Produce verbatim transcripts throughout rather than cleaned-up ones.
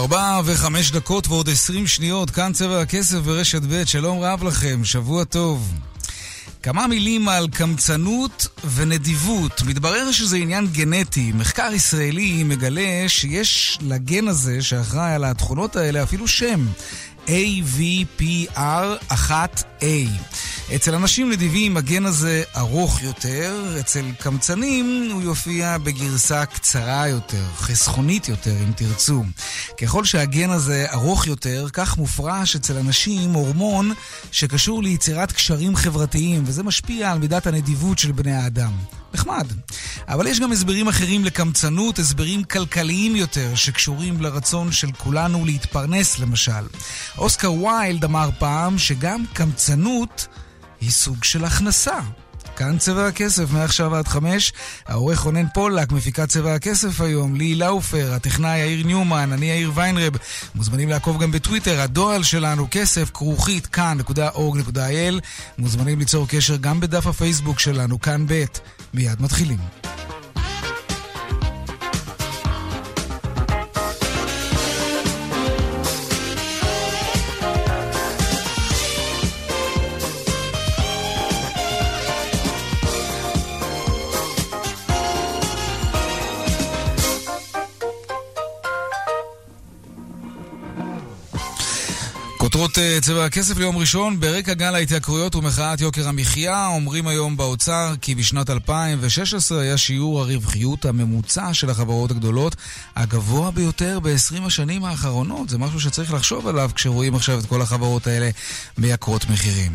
ארבע וחמש דקות ועוד עשרים שניות, כאן צבע הכסף ברשת ב'. שלום רב לכם, שבוע טוב. כמה מילים על קמצנות ונדיבות. מתברר שזה עניין גנטי. מחקר ישראלי מגלה שיש לגן הזה שאחראי על התכונות האלה אפילו שם. איי וי פי אר אחת איי. אצל אנשים נדיבים הגן הזה ארוך יותר, אצל קמצנים הוא יופיע בגרסה קצרה יותר, חסכונית יותר אם תרצו. ככל שהגן הזה ארוך יותר, כך מופרש אצל אנשים הורמון שקשור ליצירת קשרים חברתיים, וזה משפיע על מידת הנדיבות של בני האדם. נחמד. אבל יש גם הסברים אחרים לקמצנות, הסברים כלכליים יותר, שקשורים לרצון של כולנו להתפרנס למשל. אוסקר ויילד אמר פעם שגם קמצנות היא סוג של הכנסה. כאן צבע הכסף, מעכשיו עד חמש. העורך רונן פולק, מפיקת צבע הכסף היום, לי לאופר, הטכנאי יאיר ניומן, אני יאיר ויינרב. מוזמנים לעקוב גם בטוויטר, הדואל שלנו כסף כרוכית כאן נקודה אורג נקודה איי אל. מוזמנים ליצור קשר גם בדף הפייסבוק שלנו, כאן ב'. מיד מתחילים. כותרות צבע הכסף ליום ראשון. ברקע גל ההתייקרויות ומחאת יוקר המחיה, אומרים היום באוצר כי בשנת אלפיים ושש עשרה היה שיעור הרווחיות הממוצע של החברות הגדולות הגבוה ביותר ב-עשרים השנים האחרונות. זה משהו שצריך לחשוב עליו כשרואים עכשיו את כל החברות האלה מייקרות מחירים.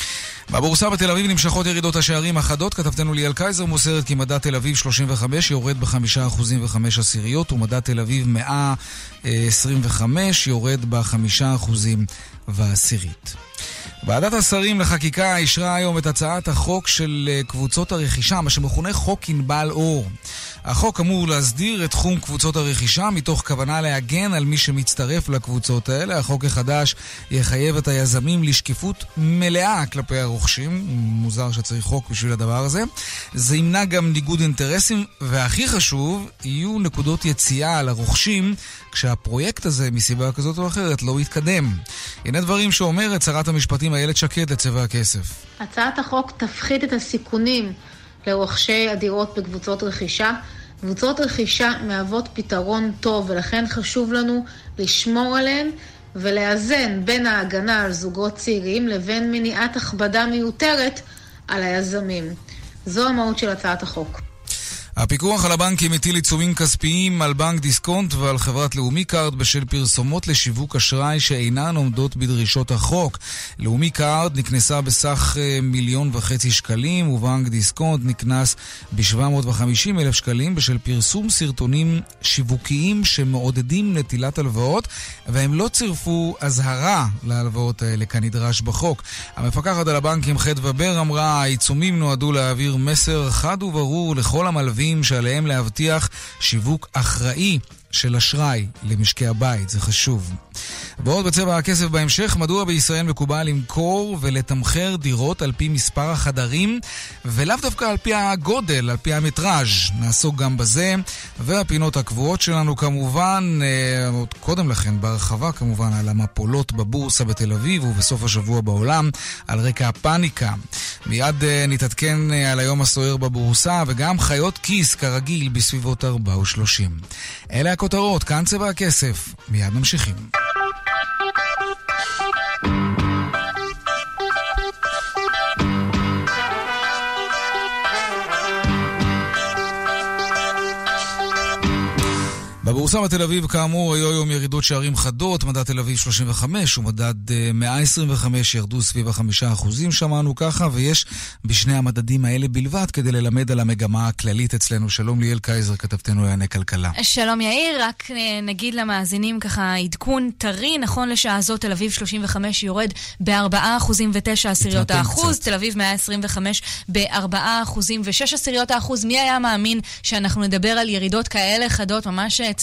בבורסה בתל אביב נמשכות ירידות השערים אחדות. כתבתנו ליאל קייזר מוסרת כי מדד תל אביב שלושים וחמש יורד בחמישה אחוזים וחמש עשיריות, ומדד תל אביב מאה עשרים וחמש יורד בחמישה אחוזים ועשירית. ועדת השרים לחקיקה אישרה היום את הצעת החוק של קבוצות הרכישה, מה שמכונה חוק ענבל אור. החוק אמור להסדיר את תחום קבוצות הרכישה מתוך כוונה להגן על מי שמצטרף לקבוצות האלה. החוק החדש יחייב את היזמים לשקיפות מלאה כלפי הרוכשים. מוזר שצריך חוק בשביל הדבר הזה. זה ימנע גם ניגוד אינטרסים, והכי חשוב, יהיו נקודות יציאה על הרוכשים כשהפרויקט הזה מסיבה כזאת או אחרת לא יתקדם. הנה דברים שאומרת שרת המשפטים איילת שקד לצבע הכסף. הצעת החוק תפחית את הסיכונים לרוכשי הדירות בקבוצות רכישה. קבוצות רכישה מהוות פתרון טוב, ולכן חשוב לנו לשמור עליהן ולאזן בין ההגנה על זוגות צעירים לבין מניעת הכבדה מיותרת על היזמים. זו המהות של הצעת החוק. הפיקוח על הבנקים מטיל עיצומים כספיים על בנק דיסקונט ועל חברת לאומי קארד בשל פרסומות לשיווק אשראי שאינן עומדות בדרישות החוק. לאומי קארד נקנסה בסך מיליון וחצי שקלים, ובנק דיסקונט נקנס ב-שבע מאות וחמישים אלף שקלים בשל פרסום סרטונים שיווקיים שמעודדים נטילת הלוואות, והם לא צירפו הזהרה להלוואות האלה כנדרש בחוק. המפקחת על הבנקים חדווה בר אמרה, העיצומים נועדו להעביר מסר חד וברור לכל המלווים שעליהם להבטיח שיווק אחראי של אשראי למשקי הבית, זה חשוב. ועוד בצבע הכסף בהמשך, מדוע בישראל מקובל למכור ולתמחר דירות על פי מספר החדרים ולאו דווקא על פי הגודל, על פי המטראז'. נעסוק גם בזה, והפינות הקבועות שלנו כמובן, עוד קודם לכן בהרחבה כמובן על המפולות בבורסה בתל אביב ובסוף השבוע בעולם על רקע הפאניקה. מיד נתעדכן על היום הסוער בבורסה וגם חיות כיס כרגיל בסביבות ארבע ושלושים. אלה הכותרות, כאן צבע הכסף, מיד ממשיכים. בבורסה בתל אביב כאמור היו היום ירידות שערים חדות. מדד תל אביב שלושים וחמש ומדד מאה עשרים וחמש ירדו סביב החמישה אחוזים, שמענו ככה, ויש בשני המדדים האלה בלבד כדי ללמד על המגמה הכללית אצלנו. שלום ליאל קייזר, כתבתנו לענייני כלכלה. שלום יאיר, רק נגיד למאזינים ככה עדכון טרי, נכון לשעה הזאת תל אביב שלושים וחמש יורד ב-ארבעה אחוזים ותשע עשיריות האחוז, תל אביב מאה עשרים וחמש ב-ארבעה אחוזים ושש עשיריות האחוז. מי היה מאמין שאנחנו נדבר על ירידות כאלה חדות ממש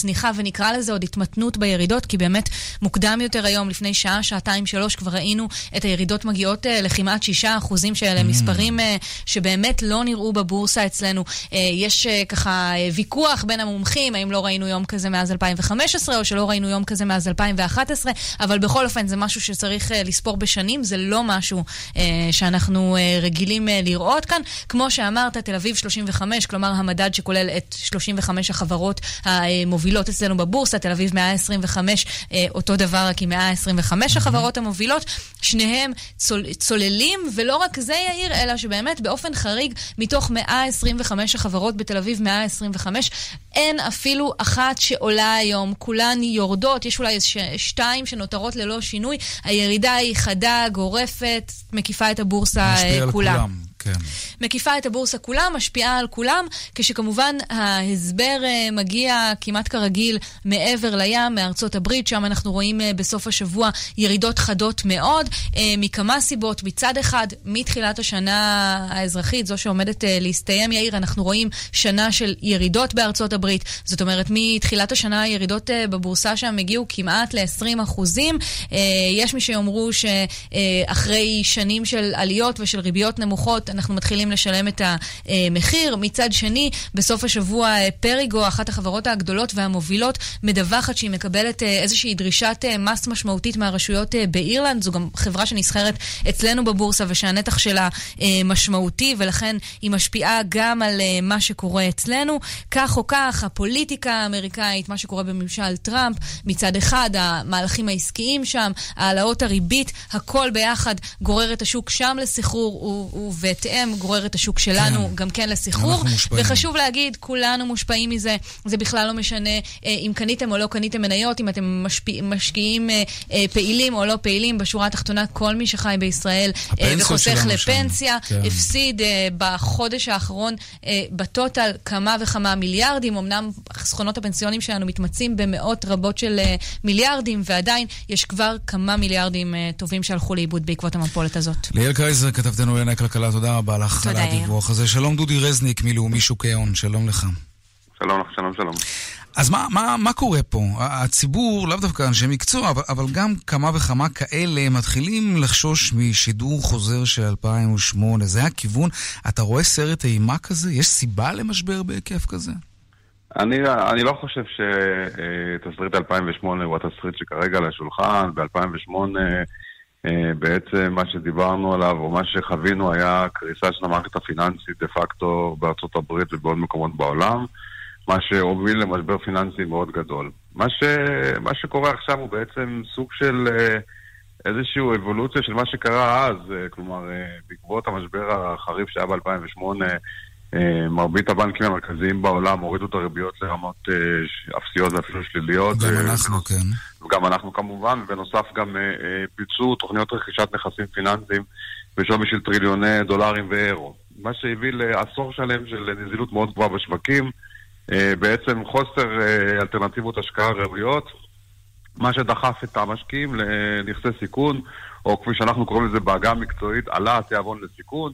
צניחה, ונקרא לזה עוד התמתנות בירידות, כי באמת מוקדם יותר היום, לפני שעה, שעתיים, שלוש, כבר ראינו את הירידות מגיעות לכמעט שישה אחוזים שאלה מספרים שבאמת לא נראו בבורסה אצלנו. יש ככה ויכוח בין המומחים, האם לא ראינו יום כזה מאז אלפיים וחמש עשרה, או שלא ראינו יום כזה מאז אלפיים ואחת עשרה, אבל בכל אופן זה משהו שצריך לספור בשנים, זה לא משהו שאנחנו רגילים לראות כאן. כמו שאמרת, תל אביב שלושים וחמש, כלומר המדד שכולל את שלושים וחמש החברות המובילות אצלנו בבורסה, תל אביב מאה עשרים וחמש, אותו דבר רק עם מאה עשרים וחמש החברות המובילות, שניהם צול, צוללים, ולא רק זה יאיר, אלא שבאמת באופן חריג, מתוך מאה עשרים וחמש החברות בתל אביב מאה עשרים וחמש, אין אפילו אחת שעולה היום, כולן יורדות, יש אולי שתיים שנותרות ללא שינוי, הירידה היא חדה, גורפת, מקיפה את הבורסה כולה. כולם. כן. מקיפה את הבורסה כולה, משפיעה על כולם, כשכמובן ההסבר מגיע כמעט כרגיל מעבר לים, מארצות הברית, שם אנחנו רואים בסוף השבוע ירידות חדות מאוד, מכמה סיבות. מצד אחד, מתחילת השנה האזרחית, זו שעומדת להסתיים, יאיר, אנחנו רואים שנה של ירידות בארצות הברית, זאת אומרת, מתחילת השנה הירידות בבורסה שם הגיעו כמעט ל-עשרים אחוזים, יש מי שיאמרו שאחרי שנים של עליות ושל ריביות נמוכות, אנחנו מתחילים לשלם את המחיר. מצד שני, בסוף השבוע פריגו, אחת החברות הגדולות והמובילות, מדווחת שהיא מקבלת איזושהי דרישת מס משמעותית מהרשויות באירלנד. זו גם חברה שנסחרת אצלנו בבורסה ושהנתח שלה משמעותי, ולכן היא משפיעה גם על מה שקורה אצלנו. כך או כך, הפוליטיקה האמריקאית, מה שקורה בממשל טראמפ, מצד אחד, המהלכים העסקיים שם, העלאות הריבית, הכל ביחד גורר את השוק שם לסחרור ובהתאם גורר את השוק שלנו כן. גם כן לסחרור. וחשוב להגיד, כולנו מושפעים מזה. זה בכלל לא משנה אם קניתם או לא קניתם מניות, אם אתם משפיע, משקיעים פעילים או לא פעילים. בשורה התחתונה, כל מי שחי בישראל וחוסך לפנסיה, כן. הפסיד בחודש האחרון בטוטל כמה וכמה מיליארדים. אמנם החסכונות הפנסיונים שלנו מתמצים במאות רבות של מיליארדים, ועדיין יש כבר כמה מיליארדים טובים שהלכו לאיבוד בעקבות המפולת הזאת. ליאל קייזר, כתבתנו לענייני כלכלה, תודה רבה לך על הדיווח הזה. שלום דודי רזניק מלאומי שוק ההון, שלום לך. שלום לך, שלום, שלום. אז מה, מה, מה קורה פה? הציבור, לאו דווקא אנשי מקצוע, אבל, אבל גם כמה וכמה כאלה מתחילים לחשוש משידור חוזר של אלפיים ושמונה. זה הכיוון. אתה רואה סרט אימה כזה? יש סיבה למשבר בהיקף כזה? אני, אני לא חושב שתסריט אלפיים ושמונה הוא התסריט שכרגע על השולחן. ב-אלפיים ושמונה בעצם מה שדיברנו עליו, או מה שחווינו, היה קריסה של המערכת הפיננסית דה פקטו בארצות הברית ובעוד מקומות בעולם, מה שהוביל למשבר פיננסי מאוד גדול. מה, ש... מה שקורה עכשיו הוא בעצם סוג של איזושהי אבולוציה של מה שקרה אז, כלומר, בעקבות המשבר החריף שהיה ב-אלפיים ושמונה, מרבית הבנקים המרכזיים בעולם הורידו את הריביות לרמות אפסיות ואפילו שליליות. גם אנחנו, כן. וגם אנחנו כמובן, ובנוסף גם פיצו תוכניות רכישת נכסים פיננסיים בשווי של טריליוני דולרים ואירו. מה שהביא לעשור שלם של נזילות מאוד גבוהה בשווקים, בעצם חוסר אלטרנטיבות השקעה ראויות, מה שדחף את המשקיעים לנכסי סיכון, או כפי שאנחנו קוראים לזה בעגה המקצועית, עלה התיאבון לסיכון,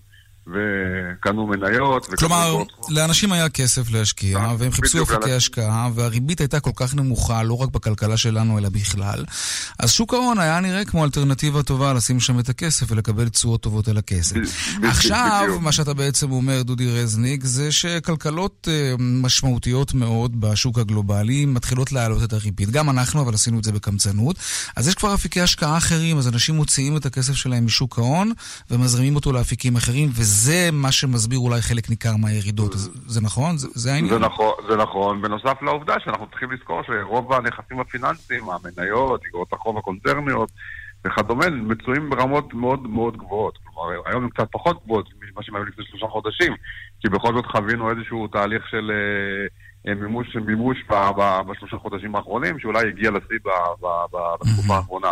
וקנו מניות. כלומר, לאנשים היה כסף להשקיע, והם חיפשו אפיקי השקעה, והריבית הייתה כל כך נמוכה, לא רק בכלכלה שלנו, אלא בכלל. אז שוק ההון היה נראה כמו אלטרנטיבה טובה לשים שם את הכסף ולקבל תשואות טובות על הכסף. עכשיו, מה שאתה בעצם אומר, דודי רזניק, זה שכלכלות משמעותיות מאוד בשוק הגלובלי מתחילות להעלות את הריבית. גם אנחנו, אבל עשינו את זה בקמצנות. אז יש כבר אפיקי השקעה אחרים, אז אנשים מוציאים את הכסף שלהם משוק ההון, ומזרימים אותו לאפיקים אחרים, וזה מה שמסביר אולי חלק ניכר מהירידות. זה נכון? זה העניין? זה נכון, זה נכון. בנוסף לעובדה שאנחנו צריכים לזכור שרוב הנכסים הפיננסיים, המניות, אגרות החוב הקונצרניות וכדומה, מצויים ברמות מאוד מאוד גבוהות. כלומר, היום הם קצת פחות גבוהות ממה שהם היו לפני שלושה חודשים, כי בכל זאת חווינו איזשהו תהליך של מימוש, מימוש בשלושה חודשים האחרונים, שאולי הגיע לשיא בתקופה האחרונה.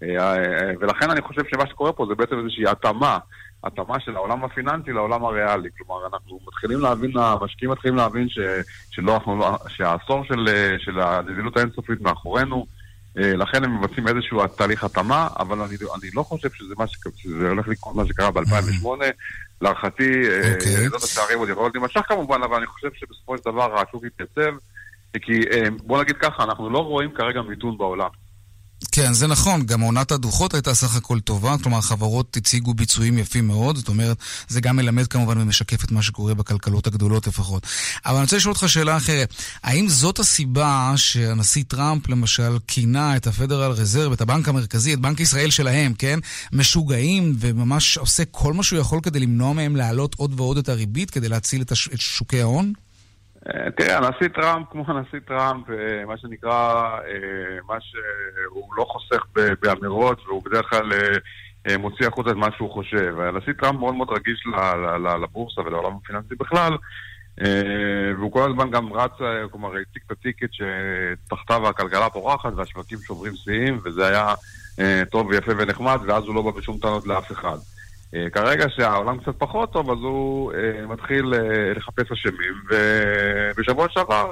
ולכן אני חושב שמה שקורה פה זה בעצם איזושהי התאמה, התאמה של העולם הפיננסי לעולם הריאלי. כלומר, אנחנו מתחילים להבין, המשקיעים מתחילים להבין ש, שלא, אנחנו, שהעשור של, של הנזילות האינסופית מאחורינו, לכן הם מבצעים איזשהו תהליך התאמה, אבל אני, אני לא חושב שזה, מה ש, שזה הולך לקרות מה שקרה ב-אלפיים ושמונה. להערכתי, זאת השערים עוד יכולות להימשך כמובן, אבל אני חושב שבסופו של דבר השוק יתייצב, כי בוא נגיד ככה, אנחנו לא רואים כרגע מיתון בעולם. כן, זה נכון, גם עונת הדוחות הייתה סך הכל טובה, כלומר החברות הציגו ביצועים יפים מאוד, זאת אומרת, זה גם מלמד כמובן ומשקף את מה שקורה בכלכלות הגדולות לפחות. אבל אני רוצה לשאול אותך שאלה אחרת, האם זאת הסיבה שהנשיא טראמפ למשל כינה את הפדרל רזרב, את הבנק המרכזי, את בנק ישראל שלהם, כן, משוגעים וממש עושה כל מה שהוא יכול כדי למנוע מהם להעלות עוד ועוד את הריבית, כדי להציל את, הש... את שוקי ההון? תראה, הנשיא טראמפ, כמו הנשיא טראמפ, מה שנקרא, מה שהוא לא חוסך באמירות, והוא בדרך כלל מוציא החוצה את מה שהוא חושב. הנשיא טראמפ מאוד מאוד רגיש לבורסה ולעולם הפיננסי בכלל, והוא כל הזמן גם רץ, כלומר, הציג את הטיקט שתחתיו הכלכלה פורחת והשווקים שוברים שיאים, וזה היה טוב ויפה ונחמד, ואז הוא לא בא בשום טענות לאף אחד. כרגע שהעולם קצת פחות טוב, אז הוא מתחיל לחפש אשמים, ובשבוע שעבר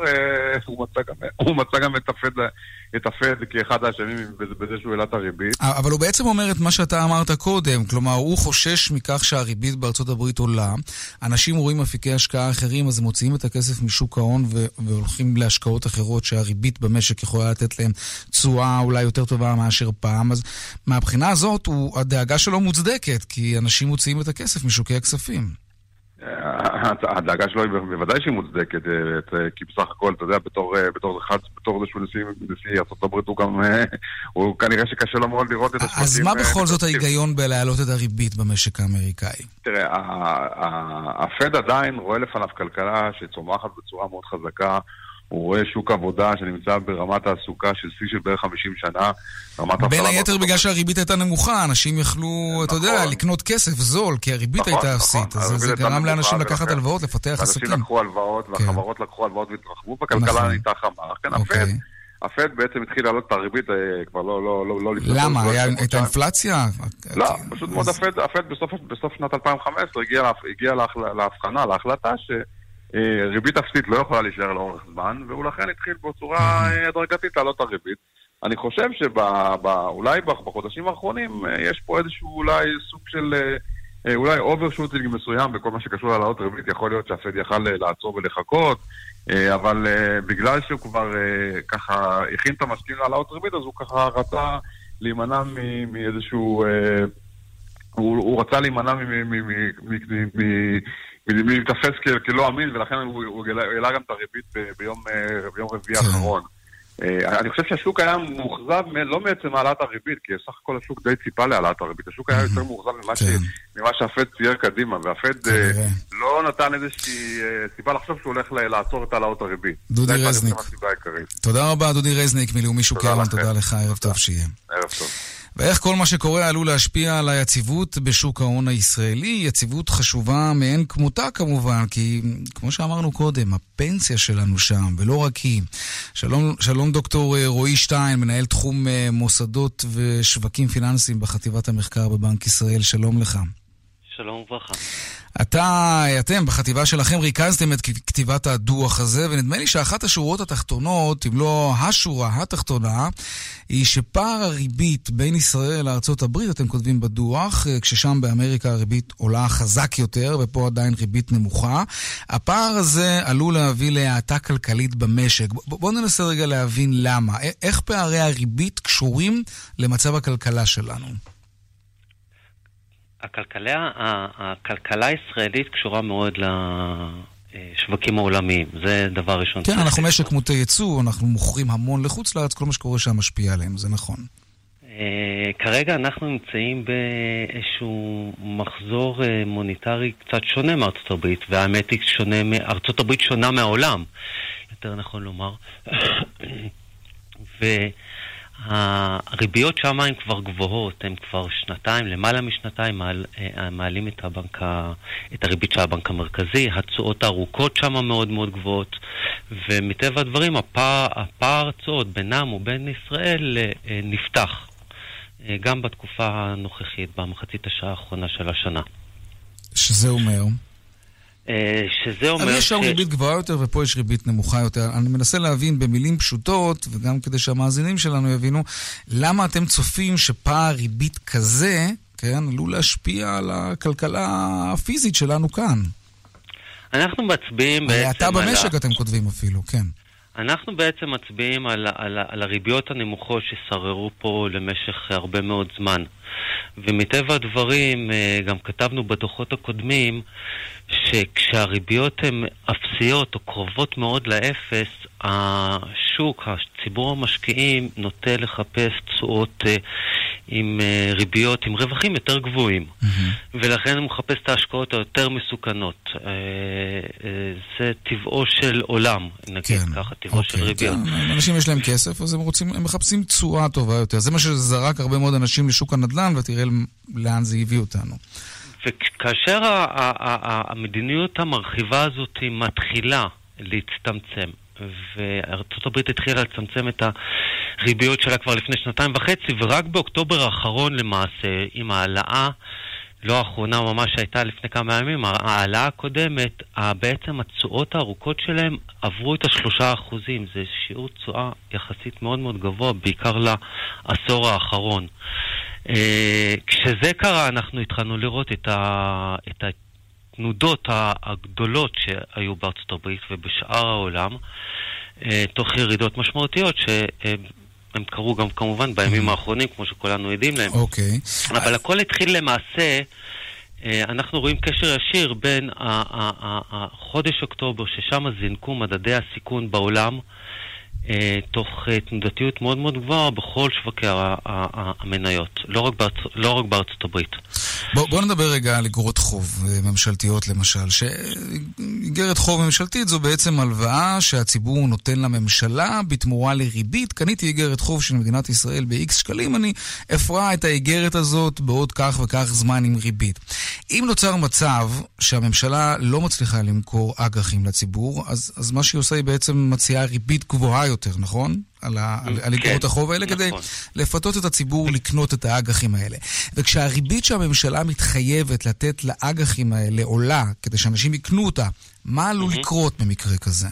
הוא מצא גם את הפד, את הפד כאחד האשמים בזה שהוא העלה את הריבית. אבל הוא בעצם אומר את מה שאתה אמרת קודם, כלומר הוא חושש מכך שהריבית בארצות הברית עולה, אנשים רואים אפיקי השקעה אחרים, אז הם מוציאים את הכסף משוק ההון והולכים להשקעות אחרות שהריבית במשק יכולה לתת להם תשואה אולי יותר טובה מאשר פעם, אז מהבחינה הזאת הדאגה שלו מוצדקת, כי אנשים מוציאים את הכסף משוקי הכספים. הדאגה שלו היא בוודאי שהיא מוצדקת, כי בסך הכל, אתה יודע, בתור אחד, בתור זה שהוא נשיא ארצות הברית, הוא גם, הוא כנראה שקשה לו מאוד לראות את השווקים. אז מה בכל זאת ההיגיון בלהעלות את הריבית במשק האמריקאי? תראה, הפד עדיין רואה לפניו כלכלה שצומחת בצורה מאוד חזקה, הוא רואה שוק עבודה שנמצא ברמת תעסוקה של שיא של בערך חמישים שנה. בין היתר בגלל שהריבית הייתה נמוכה, אנשים יכלו, אתה יודע, לקנות כסף זול, כי הריבית הייתה אפסית. אז זה גרם לאנשים לקחת הלוואות, לפתח עסקים. אנשים לקחו הלוואות, והחברות לקחו הלוואות והתרחבו, והכלכלה הייתה חמה. כן, הפד, הפד בעצם התחיל לעלות את הריבית כבר לא לפני... למה? הייתה אינפלציה? לא, פשוט מאוד הפד בסוף שנת אלפיים וחמש עשרה הגיע להבחנה, להחלטה ש... ריבית אפסית לא יכולה להישאר לאורך זמן, והוא לכן התחיל בצורה הדרגתית לעלות הריבית. אני חושב שאולי בחודשים האחרונים יש פה איזשהו אולי סוג של, אולי אוברשוטינג מסוים בכל מה שקשור לעלות ריבית. יכול להיות שהפד יכל לעצור ולחכות, אבל בגלל שהוא כבר ככה הכין את המשקיעים לעלות ריבית, אז הוא ככה רצה להימנע מאיזשהו, הוא רצה להימנע מ... מתאפס כלא אמין, ולכן הוא העלה גם את הריבית ביום רביעי האחרון. אני חושב שהשוק היה מוחזב לא מעצם העלאת הריבית, כי סך הכל השוק די ציפה להעלאת הריבית. השוק היה יותר מוחזב ממה שהפד צייר קדימה, והפד לא נתן איזושהי סיבה לחשוב שהוא הולך לעצור את העלאות הריבית. דודי רזניק. תודה רבה, דודי רזניק, מלאומי שוק ההון, תודה לך, ערב טוב שיהיה. ערב טוב. ואיך כל מה שקורה עלול להשפיע על היציבות בשוק ההון הישראלי, יציבות חשובה מאין כמותה כמובן, כי כמו שאמרנו קודם, הפנסיה שלנו שם, ולא רק היא. שלום, שלום דוקטור רועי שטיין, מנהל תחום מוסדות ושווקים פיננסיים בחטיבת המחקר בבנק ישראל, שלום לך. שלום וברכה. אתה, אתם, בחטיבה שלכם ריכזתם את כתיבת הדוח הזה, ונדמה לי שאחת השורות התחתונות, אם לא השורה התחתונה, היא שפער הריבית בין ישראל לארצות הברית, אתם כותבים בדוח, כששם באמריקה הריבית עולה חזק יותר, ופה עדיין ריבית נמוכה. הפער הזה עלול להביא להאטה כלכלית במשק. בואו ננסה רגע להבין למה. איך פערי הריבית קשורים למצב הכלכלה שלנו? הכלכלה, הכלכלה הישראלית קשורה מאוד לשווקים העולמיים. זה דבר ראשון. כן, אנחנו משק מוטה ייצוא, אנחנו מוכרים המון לחוץ לארץ, כל מה שקורה שם משפיע עליהם, זה נכון. כרגע אנחנו נמצאים באיזשהו מחזור מוניטרי קצת שונה מארצות הברית, והאמת היא שונה, ארצות הברית שונה מהעולם, יותר נכון לומר. ו... הריביות שם הן כבר גבוהות, הן כבר שנתיים, למעלה משנתיים מעל, מעלים את, הבנק, את הריבית של הבנק המרכזי, התשואות הארוכות שם מאוד מאוד גבוהות, ומטבע הדברים הפער, הפער התשואות בינם ובין ישראל נפתח, גם בתקופה הנוכחית, במחצית השעה האחרונה של השנה. שזה אומר? שזה אומר... אבל יש שם ריבית גבוהה יותר ופה יש ריבית נמוכה יותר. אני מנסה להבין במילים פשוטות, וגם כדי שהמאזינים שלנו יבינו, למה אתם צופים שפער ריבית כזה, כן, עלול להשפיע על הכלכלה הפיזית שלנו כאן? אנחנו מצביעים בעצם... אתה במשק אתם כותבים אפילו, כן. אנחנו בעצם מצביעים על, על, על הריביות הנמוכות ששררו פה למשך הרבה מאוד זמן. ומטבע הדברים, גם כתבנו בדוחות הקודמים, שכשהריביות הן אפסיות או קרובות מאוד לאפס, השוק, הציבור המשקיעים, נוטה לחפש תשואות עם ריביות, עם רווחים יותר גבוהים. Mm-hmm. ולכן הוא מחפש את ההשקעות היותר מסוכנות. זה טבעו של עולם, נגיד כן, ככה, טבעו אוקיי, של ריביות. כן. אנשים יש להם כסף, אז הם רוצים, הם מחפשים תשואה טובה יותר. זה מה שזרק הרבה מאוד אנשים לשוק הנדל"ן, ותראה לאן זה הביא אותנו. וכאשר המדיניות המרחיבה הזאת מתחילה להצטמצם, וארצות הברית התחילה לצמצם את הריביות שלה כבר לפני שנתיים וחצי, ורק באוקטובר האחרון למעשה, עם העלאה, לא האחרונה ממש שהייתה לפני כמה ימים, העלאה הקודמת, בעצם התשואות הארוכות שלהם עברו את השלושה אחוזים. זה שיעור תשואה יחסית מאוד מאוד גבוה, בעיקר לעשור האחרון. כשזה קרה, אנחנו התחלנו לראות את ה... את ה... תנודות הגדולות שהיו בארצות הברית ובשאר העולם, תוך ירידות משמעותיות שהם קרו גם כמובן בימים האחרונים, כמו שכולנו יודעים להם. אוקיי. אבל הכל התחיל למעשה, אנחנו רואים קשר ישיר בין החודש אוקטובר, ששם זינקו מדדי הסיכון בעולם, תוך תנודתיות מאוד מאוד גבוהה בכל שווקי המניות, לא רק בארצ... לא רק בארצות הברית. בוא, בוא נדבר רגע על אגרות חוב ממשלתיות למשל, שאגרת חוב ממשלתית זו בעצם הלוואה שהציבור נותן לממשלה בתמורה לריבית. קניתי אגרת חוב של מדינת ישראל ב-X שקלים, אני אפרע את האגרת הזאת בעוד כך וכך זמן עם ריבית. אם נוצר מצב שהממשלה לא מצליחה למכור אג"חים לציבור, אז, אז מה שהיא עושה היא בעצם מציעה ריבית גבוהה יותר, נכון? על, ה, על, על אגרות כן, החוב האלה, נכון. כדי לפתות את הציבור לקנות את האג"חים האלה. וכשהריבית שהממשלה מתחייבת לתת לאג"חים האלה עולה, כדי שאנשים יקנו אותה, מה עלול mm-hmm. לקרות במקרה כזה?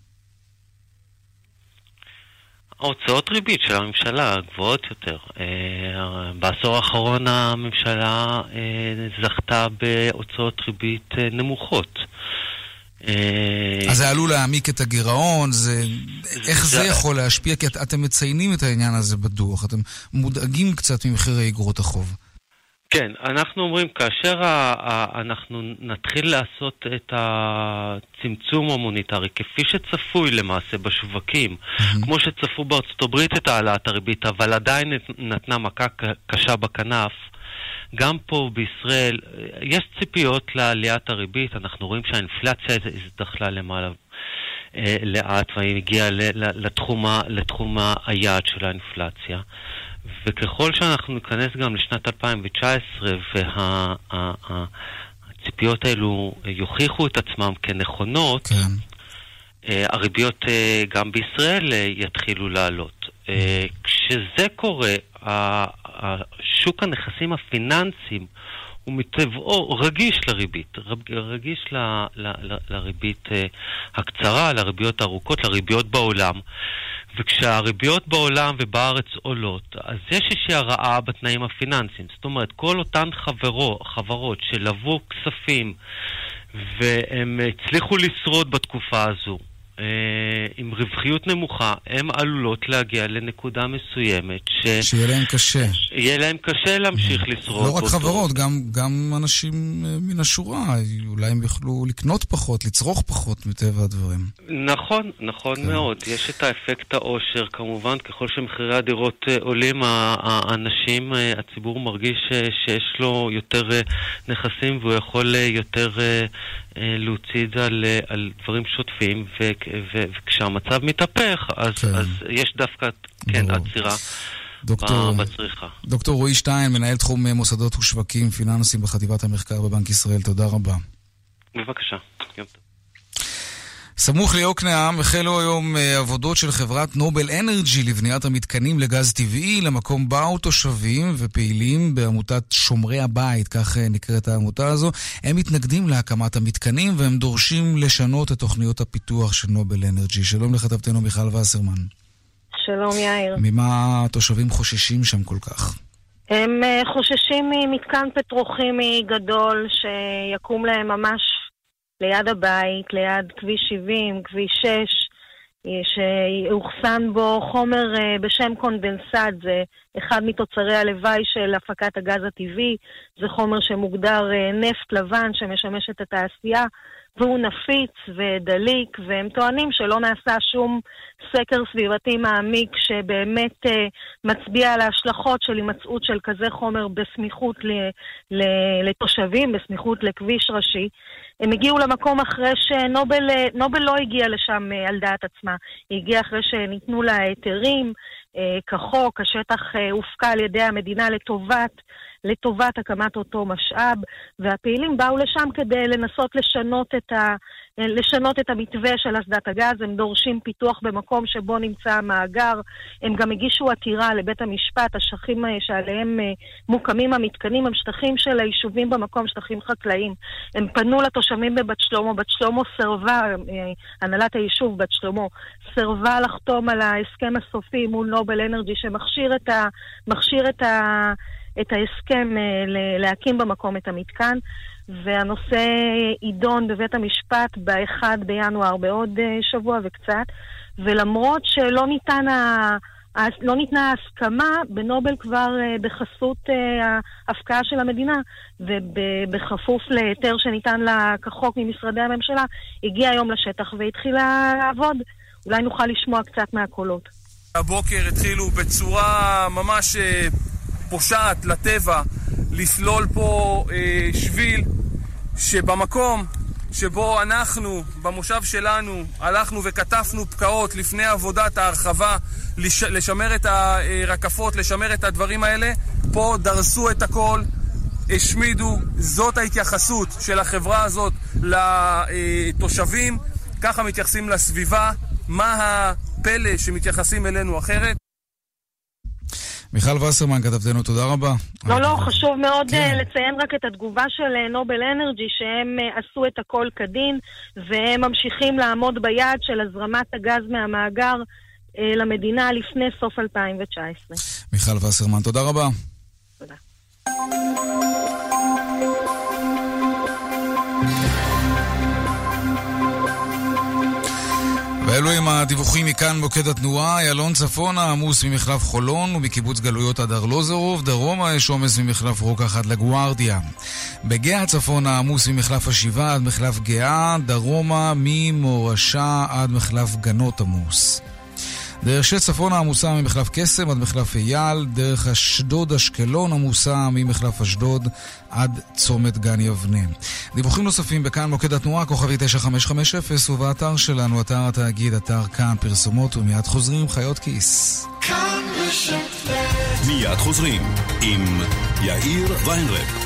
ההוצאות ריבית של הממשלה גבוהות יותר. בעשור האחרון הממשלה זכתה בהוצאות ריבית נמוכות. אז זה עלול להעמיק את הגירעון, זה... איך זה יכול להשפיע? כי את, אתם מציינים את העניין הזה בדוח, אתם מודאגים קצת ממחירי אגרות החוב. כן, אנחנו אומרים, כאשר ה- ה- אנחנו נתחיל לעשות את הצמצום המוניטרי, כפי שצפוי למעשה בשווקים, mm-hmm. כמו שצפו בארצות הברית את העלאת הריבית, אבל עדיין נתנה מכה קשה בכנף, גם פה בישראל יש ציפיות לעליית הריבית. אנחנו רואים שהאינפלציה הזדחלה למעלה לאט, והיא הגיעה לתחום, לתחום היעד של האינפלציה. וככל שאנחנו ניכנס גם לשנת אלפיים תשע עשרה והציפיות האלו יוכיחו את עצמם כנכונות, כן. הריביות גם בישראל יתחילו לעלות. כשזה קורה, השוק הנכסים הפיננסיים הוא מטבעו רגיש לריבית, רגיש ל, ל, ל, לריבית הקצרה, לריביות הארוכות, לריביות בעולם. וכשהריביות בעולם ובארץ עולות, אז יש איזושהי הרעה בתנאים הפיננסיים. זאת אומרת, כל אותן חברות, חברות שלבו כספים והם הצליחו לשרוד בתקופה הזו, עם רווחיות נמוכה, הם עלולות להגיע לנקודה מסוימת ש... שיהיה להם קשה. יהיה להם קשה להמשיך לשרוד. לא רק חברות, גם, גם אנשים מן השורה, אולי הם יוכלו לקנות פחות, לצרוך פחות מטבע הדברים. נכון, נכון כן. מאוד. יש את האפקט העושר, כמובן, ככל שמחירי הדירות עולים, האנשים, הציבור מרגיש שיש לו יותר נכסים, והוא יכול יותר... להוציא את זה על, על דברים שוטפים, ו, ו, וכשהמצב מתהפך, אז, כן. אז יש דווקא, כן, עצירה דוקטור, בצריכה. דוקטור רועי שטיין, מנהל תחום מוסדות ושווקים פיננסיים בחטיבת המחקר בבנק ישראל, תודה רבה. בבקשה. יום טוב. סמוך ליוקנעם החלו היום עבודות של חברת נובל אנרג'י לבניית המתקנים לגז טבעי, למקום באו תושבים ופעילים בעמותת שומרי הבית, כך נקראת העמותה הזו. הם מתנגדים להקמת המתקנים והם דורשים לשנות את תוכניות הפיתוח של נובל אנרג'י. שלום לכתבתנו מיכל וסרמן. שלום יאיר. ממה התושבים חוששים שם כל כך? הם חוששים ממתקן פטרוכימי גדול שיקום להם ממש ליד הבית, ליד כביש שבעים, כביש שש, שהוכסן בו חומר בשם קונדנסט, זה אחד מתוצרי הלוואי של הפקת הגז הטבעי, זה חומר שמוגדר נפט לבן שמשמש את התעשייה, והוא נפיץ ודליק, והם טוענים שלא נעשה שום סקר סביבתי מעמיק שבאמת uh, מצביע על ההשלכות של הימצאות של כזה חומר בסמיכות ל- ל- לתושבים, בסמיכות לכביש ראשי. הם הגיעו למקום אחרי שנובל נובל לא הגיע לשם uh, על דעת עצמה, היא הגיעה אחרי שניתנו לה היתרים, uh, כחוק, השטח uh, הופקע על ידי המדינה לטובת לטובת הקמת אותו משאב, והפעילים באו לשם כדי לנסות לשנות את, ה, לשנות את המתווה של אסדת הגז. הם דורשים פיתוח במקום שבו נמצא המאגר, הם גם הגישו עתירה לבית המשפט, השטחים שעליהם מוקמים המתקנים הם שטחים של היישובים במקום, שטחים חקלאיים. הם פנו לתושבים בבת שלמה, בת שלמה סרבה, הנהלת היישוב בת שלמה, סרבה לחתום על ההסכם הסופי מול נובל אנרג'י שמכשיר את ה... מכשיר את ה את ההסכם להקים במקום את המתקן, והנושא יידון בבית המשפט ב-אחד בינואר בעוד שבוע וקצת, ולמרות שלא ניתן ה... לא ניתנה ההסכמה, בנובל כבר בחסות ההפקעה של המדינה, ובכפוף להיתר שניתן לה כחוק ממשרדי הממשלה, הגיע היום לשטח והתחילה לעבוד. אולי נוכל לשמוע קצת מהקולות. הבוקר התחילו בצורה ממש פושעת לטבע לסלול פה אה, שביל שבמקום שבו אנחנו במושב שלנו הלכנו וכתפנו פקעות לפני עבודת ההרחבה לש, לשמר את הרקפות, לשמר את הדברים האלה, פה דרסו את הכל, השמידו. זאת ההתייחסות של החברה הזאת לתושבים, ככה מתייחסים לסביבה. מה הפלא שמתייחסים אלינו אחרת? מיכל וסרמן, כתבתנו, תודה רבה. לא, לא, חשוב מאוד לציין רק את התגובה של נובל אנרג'י, שהם עשו את הכל כדין, והם ממשיכים לעמוד ביעד של הזרמת הגז מהמאגר למדינה לפני סוף אלפיים תשע עשרה. מיכל וסרמן, תודה רבה. תודה. ואלו עם הדיווחים מכאן מוקד התנועה. איילון צפונה עמוס ממחלף חולון ומקיבוץ גלויות עד ארלוזורוב, דרומה יש עומס ממחלף רוקח עד לגוארדיה. בגאה צפונה עמוס ממחלף השבעה עד מחלף גאה, דרומה ממורשה עד מחלף גנות עמוס. דרך שש צפונה עמוסה ממחלף קסם עד מחלף אייל, דרך אשדוד אשקלון עמוסה ממחלף אשדוד עד צומת גן יבנה. דיווחים נוספים בכאן מוקד התנועה, כוכבי תשע חמש חמש אפס, ובאתר שלנו, אתר התאגיד, אתר כאן פרסומות, ומיד חוזרים חיות כיס. מיד חוזרים עם יאיר ויינרב.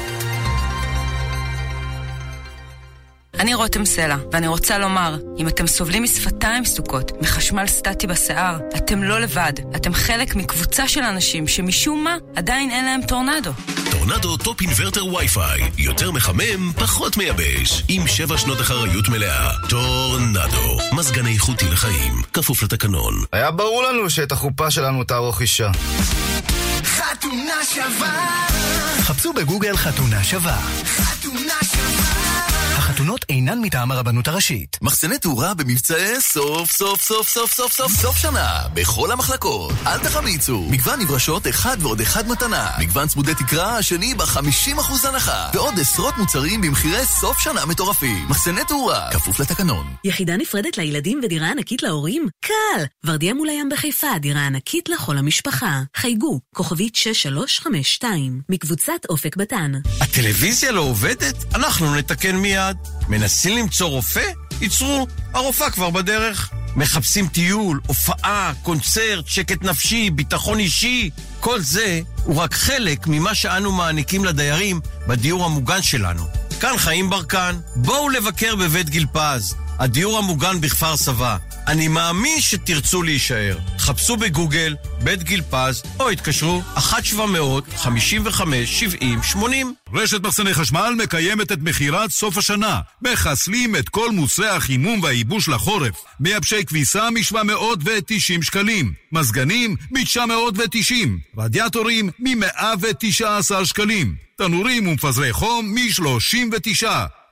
אני רותם סלע, ואני רוצה לומר, אם אתם סובלים משפתיים סוכות, מחשמל סטטי בשיער, אתם לא לבד. אתם חלק מקבוצה של אנשים שמשום מה עדיין אין להם טורנדו. טורנדו טופ אינברטר וי-פיי, יותר מחמם, פחות מייבש, עם שבע שנות אחריות מלאה. טורנדו, מזגן איכותי לחיים, כפוף לתקנון. היה ברור לנו שאת החופה שלנו תערוך אישה. חתונה שווה. חפשו בגוגל חתונה שווה. חתונה שווה. החתונות אינן מטעם הרבנות הראשית. מחסני תאורה במבצעי סוף סוף סוף סוף סוף סוף סוף שנה בכל המחלקות. אל תחמיצו. מגוון נברשות אחד ועוד אחד מתנה. מגוון צמודי תקרה השני ב-חמישים אחוז הנחה. ועוד עשרות מוצרים במחירי סוף שנה מטורפים. מחסני תאורה, כפוף לתקנון. יחידה נפרדת לילדים ודירה ענקית להורים? קל! ורדיה מול הים בחיפה, דירה ענקית לכל המשפחה. חייגו, כוכבית שש שלוש חמש שתיים, מקבוצת אופק בתן. הטלוויזיה לא עובדת? אנחנו נתקן מיד. מנסים למצוא רופא? ייצרו, הרופאה כבר בדרך. מחפשים טיול, הופעה, קונצרט, שקט נפשי, ביטחון אישי. כל זה הוא רק חלק ממה שאנו מעניקים לדיירים בדיור המוגן שלנו. כאן חיים ברקן, בואו לבקר בבית גיל פז, הדיור המוגן בכפר סבא. אני מאמין שתרצו להישאר. חפשו בגוגל בית גיל פז או התקשרו אחת שבע מאות חמישים וחמש שבעים שמונים. רשת מחסני חשמל מקיימת את מחירת סוף השנה. מחסלים את כל מוצרי החימום והייבוש לחורף. מייבשי כביסה מ-שבע מאות ותשעים שקלים. מזגנים מ-תשע מאות ותשעים. רדיאטורים מ-מאה ותשע עשרה שקלים. תנורים ומפזרי חום מ-שלושים ותשע.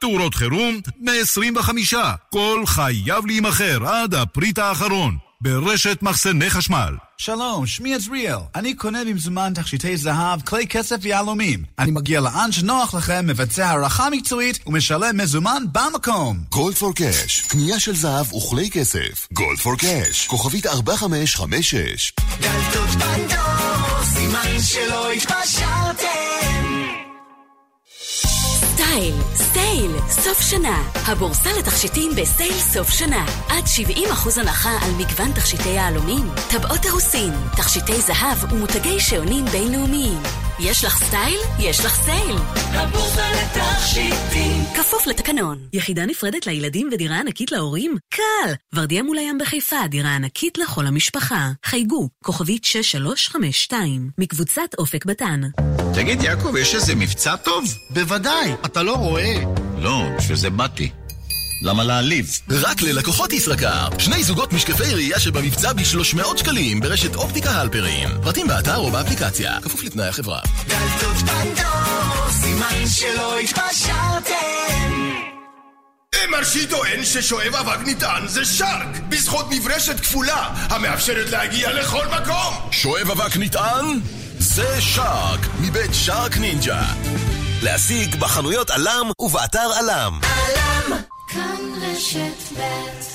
תאורות חירום מ-עשרים וחמישה. כל חייב להימחר עד הפריט האחרון. ברשת מחסני חשמל. שלום, שמי עזריאל. אני קונה במזומן תכשיטי זהב, כלי כסף ויהלומים. אני מגיע לאן שנוח לכם, מבצע הערכה מקצועית ומשלם מזומן במקום. גולד פור קאש, קנייה של זהב וכלי כסף. גולד פור קאש, כוכבית ארבע חמש חמש שש. דלתות בנדור, סימן שלא התפשרתם. סטייל, סטייל, סוף שנה. הבורסה לתכשיטים בסטייל סוף שנה. עד שבעים אחוז הנחה על מגוון תכשיטי יהלומים, טבעות הרוסין, תכשיטי זהב ומותגי שעונים בינלאומיים. יש לך סטייל? יש לך סטייל. הבורסה לתכשיטים. כפוף לתקנון. יחידה נפרדת לילדים ודירה ענקית להורים? קל! ורדיה מול הים בחיפה, דירה ענקית לכל המשפחה. חייגו, כוכבית שש שלוש חמש שתיים, מקבוצת אופק בתן. תגיד יעקב, יש איזה מבצע טוב? בוודאי, אתה לא רואה. לא, שזה באתי. למה להעליב? רק ללקוחות ישראכרט. שני זוגות משקפי ראייה שבמבצע ב-שלוש מאות שקלים ברשת אופטיקה הלפרין. פרטים באתר או באפליקציה. כפוף לתנאי החברה. דלתות בנדור, סימן שלא התפשרתם. מרשי טוען ששואב אבק ניתן זה שרק, בזכות מברשת כפולה המאפשרת להגיע לכל מקום. שואב אבק נטען? זה שרק, מבית שרק נינג'ה. להשיג בחנויות אלם ובאתר אלם. אלם, כאן רשת בית.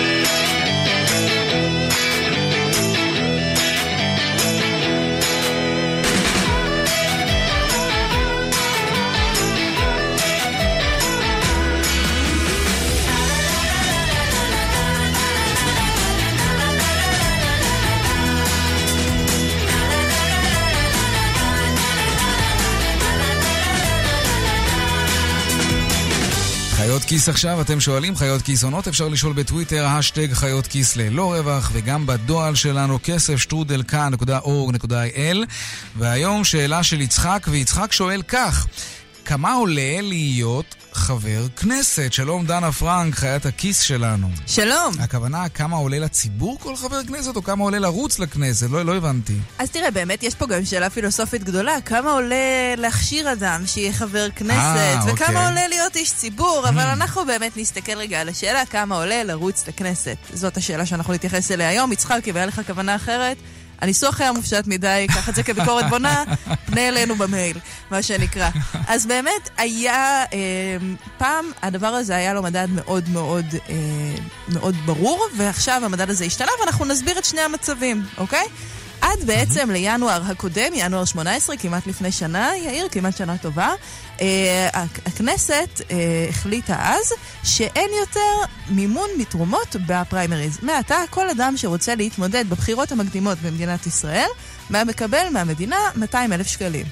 חיות כיס עכשיו, אתם שואלים חיות כיס עונות, אפשר לשאול בטוויטר, השטג חיות כיס ללא רווח, וגם בדואל שלנו כסף שטרודל כאן נקודה אורג נקודה איי אל. והיום שאלה של יצחק, ויצחק שואל כך, כמה עולה להיות חבר כנסת? שלום דנה פרנק, חיית הכיס שלנו. שלום. הכוונה כמה עולה לציבור כל חבר כנסת, או כמה עולה לרוץ לכנסת? לא, לא הבנתי. אז תראה, באמת יש פה גם שאלה פילוסופית גדולה, כמה עולה להכשיר אדם שיהיה חבר כנסת, 아, וכמה אוקיי. עולה להיות איש ציבור, אבל אנחנו באמת נסתכל רגע על השאלה כמה עולה לרוץ לכנסת. זאת השאלה שאנחנו נתייחס אליה היום. יצחק, אם היה לך כוונה אחרת, הניסוח היה מופשט מדי, קח את זה כביקורת בונה, פנה אלינו במייל, מה שנקרא. אז באמת היה, אה, פעם הדבר הזה היה לו מדד מאוד מאוד, אה, מאוד ברור, ועכשיו המדד הזה השתנה, ואנחנו נסביר את שני המצבים, אוקיי? עד בעצם לינואר הקודם, ינואר שמונה עשרה, כמעט לפני שנה, יאיר, כמעט שנה טובה, אה, הכנסת אה, החליטה אז שאין יותר מימון מתרומות בפריימריז. מעתה, כל אדם שרוצה להתמודד בבחירות המקדימות במדינת ישראל, מה מקבל מהמדינה מאתיים אלף שקלים.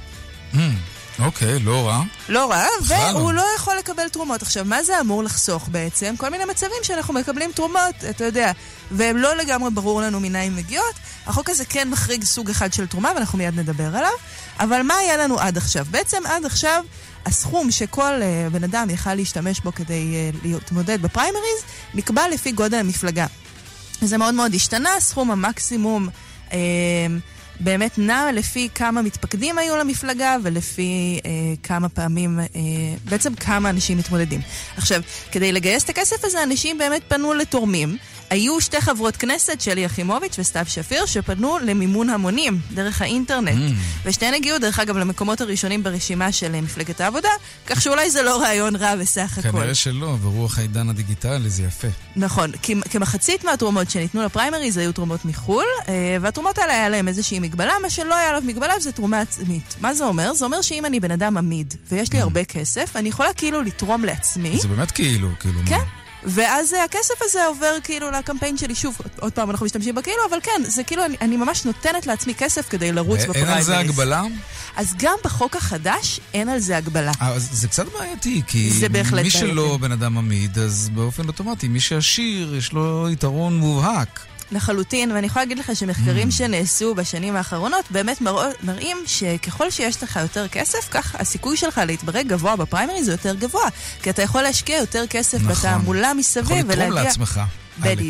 אוקיי, לא רע. לא רע, והוא לא יכול לקבל תרומות. עכשיו, מה זה אמור לחסוך בעצם? כל מיני מצבים שאנחנו מקבלים תרומות, אתה יודע, והם לא לגמרי ברור לנו מנין מגיעות. החוק הזה כן מחריג סוג אחד של תרומה, ואנחנו מיד נדבר עליו. אבל מה היה לנו עד עכשיו? בעצם עד עכשיו, הסכום שכל uh, בן אדם יכל להשתמש בו כדי uh, להתמודד בפריימריז, נקבע לפי גודל המפלגה. זה מאוד מאוד השתנה, סכום המקסימום uh, באמת נע לפי כמה מתפקדים היו למפלגה, ולפי אה, כמה פעמים, אה, בעצם כמה אנשים מתמודדים. עכשיו, כדי לגייס את הכסף הזה, אנשים באמת פנו לתורמים. היו שתי חברות כנסת, שלי יחימוביץ' וסתיו שפיר, שפנו למימון המונים דרך האינטרנט. Mm. ושתיהן הגיעו, דרך אגב, למקומות הראשונים ברשימה של מפלגת העבודה, כך שאולי זה לא רעיון רע בסך הכל. כנראה שלא, ברוח העידן הדיגיטלי זה יפה. נכון, כמחצית מהתרומות שניתנו לפריימריז, זה היו תרומות מחול, והתרומות האלה היה להם איזושהי מגבלה, מה שלא היה עליו מגבלה זה תרומה עצמית. מה זה אומר? זה אומר שאם אני בן אדם עמיד, ויש לי הרבה כסף, אני יכולה כאילו לתרום לעצמי. זה באמת כאילו, כאילו. כן. ואז הכסף הזה עובר כאילו לקמפיין שלי, שוב, עוד פעם אנחנו משתמשים בכאילו, אבל כן, זה כאילו, אני, אני ממש נותנת לעצמי כסף כדי לרוץ בפריימריז. אין על זה הגבלה? אז גם בחוק החדש אין על זה הגבלה. אז זה קצת בעייתי, כי מי שלא בן אדם עמיד, אז באופן אוטומטי, מי שעשיר, יש לו יתרון מובהק. לחלוטין, ואני יכולה להגיד לך שמחקרים שנעשו בשנים האחרונות באמת מראים שככל שיש לך יותר כסף, כך הסיכוי שלך להתברג גבוה בפריימריז זה יותר גבוה, כי אתה יכול להשקיע יותר כסף בתעמולה מסביב יכול לתרום לעצמך. בדיוק.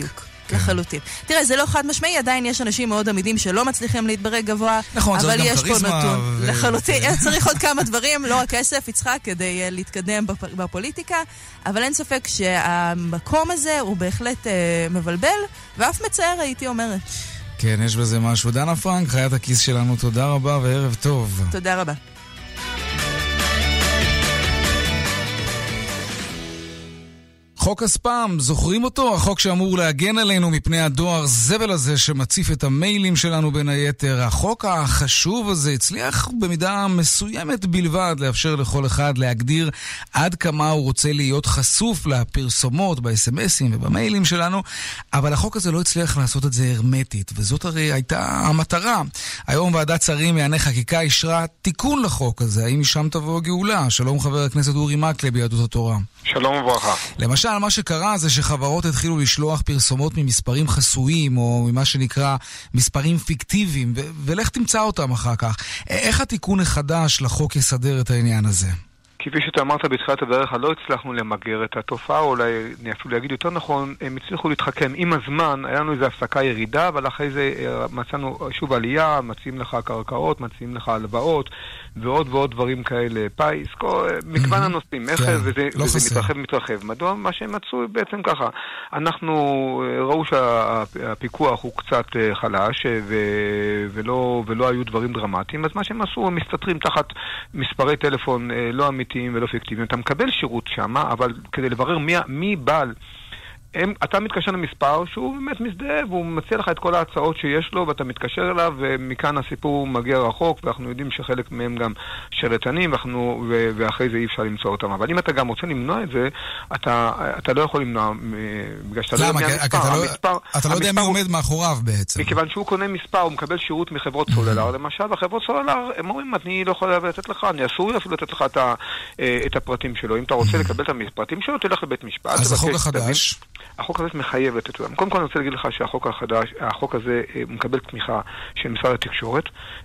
לחלוטין. תראה, זה לא חד משמעי, עדיין יש אנשים מאוד עמידים שלא מצליחים להתברג גבוה, נכון, אבל יש פה נתון. ו... לחלוטין, צריך עוד כמה דברים, לא רק כסף, יצחק, כדי להתקדם בפוליטיקה, אבל אין ספק שהמקום הזה הוא בהחלט מבלבל, ואף מצער הייתי אומרת. כן, יש בזה משהו. דנה פרנק, חיית הכיס שלנו, תודה רבה וערב טוב. תודה רבה. חוק הספאם, זוכרים אותו? החוק שאמור להגן עלינו מפני הדואר זבל הזה שמציף את המיילים שלנו בין היתר. החוק החשוב הזה הצליח במידה מסוימת בלבד לאפשר לכל אחד להגדיר עד כמה הוא רוצה להיות חשוף לפרסומות ב-אס אם אסים ובמיילים שלנו, אבל החוק הזה לא הצליח לעשות את זה הרמטית, וזאת הרי הייתה המטרה. היום ועדת שרים לענייני חקיקה אישרה תיקון לחוק הזה. האם משם תבוא הגאולה? שלום חבר הכנסת אורי מקלב ביהדות התורה. שלום וברכה. למשל, מה שקרה זה שחברות התחילו לשלוח פרסומות ממספרים חסויים, או ממה שנקרא מספרים פיקטיביים, ו- ולך תמצא אותם אחר כך. איך התיקון החדש לחוק יסדר את העניין הזה? כפי שאתה אמרת בתחילת הדרך, לא הצלחנו למגר את התופעה, או אולי אני אפילו להגיד יותר נכון, הם הצליחו להתחכם. עם הזמן, היה לנו איזו הפסקה ירידה, אבל אחרי זה מצאנו שוב עלייה, מציעים לך קרקעות, מציעים לך הלוואות, ועוד ועוד דברים כאלה, פייס, מגוון הנושאים, וזה מתרחב מתרחב. מדוע? מה שהם מצאו בעצם ככה. אנחנו ראו שהפיקוח הוא קצת חלש, ולא היו דברים דרמטיים, אז מה שהם עשו, הם מסתתרים תחת מספרי טלפון לא אמיתיים ולא פיקטיביים. אתה מקבל שירות שם, אבל כדי לברר מי, מי בעל, הם, אתה מתקשר למספר שהוא באמת מזדהה, והוא מציע לך את כל ההצעות שיש לו, ואתה מתקשר אליו, ומכאן הסיפור מגיע רחוק, ואנחנו יודעים שחלק מהם גם שרלטנים, ואנחנו, ו, ואחרי זה אי אפשר למצוא אותם. אבל אם אתה גם רוצה למנוע את זה, אתה, אתה לא יכול למנוע, בגלל שאתה לא יודע המספר. אתה לא, המספר, אתה לא יודע מי הוא, עומד מאחוריו בעצם. מכיוון שהוא קונה מספר, הוא מקבל שירות מחברות סוללר, למשל, והחברות סוללר, הם אומרים, אני לא יכול לתת לך, אני אסור אפילו לתת לך את, ה, את הפרטים שלו. אם אתה רוצה לקבל את הפרטים שלו, תלך לבית משפט. אז החוק החדש? החוק הזה מחייב את אותם. קודם כל אני רוצה להגיד לך שהחוק החדש, החוק הזה מקבל תמיכה של משרד התקשורת,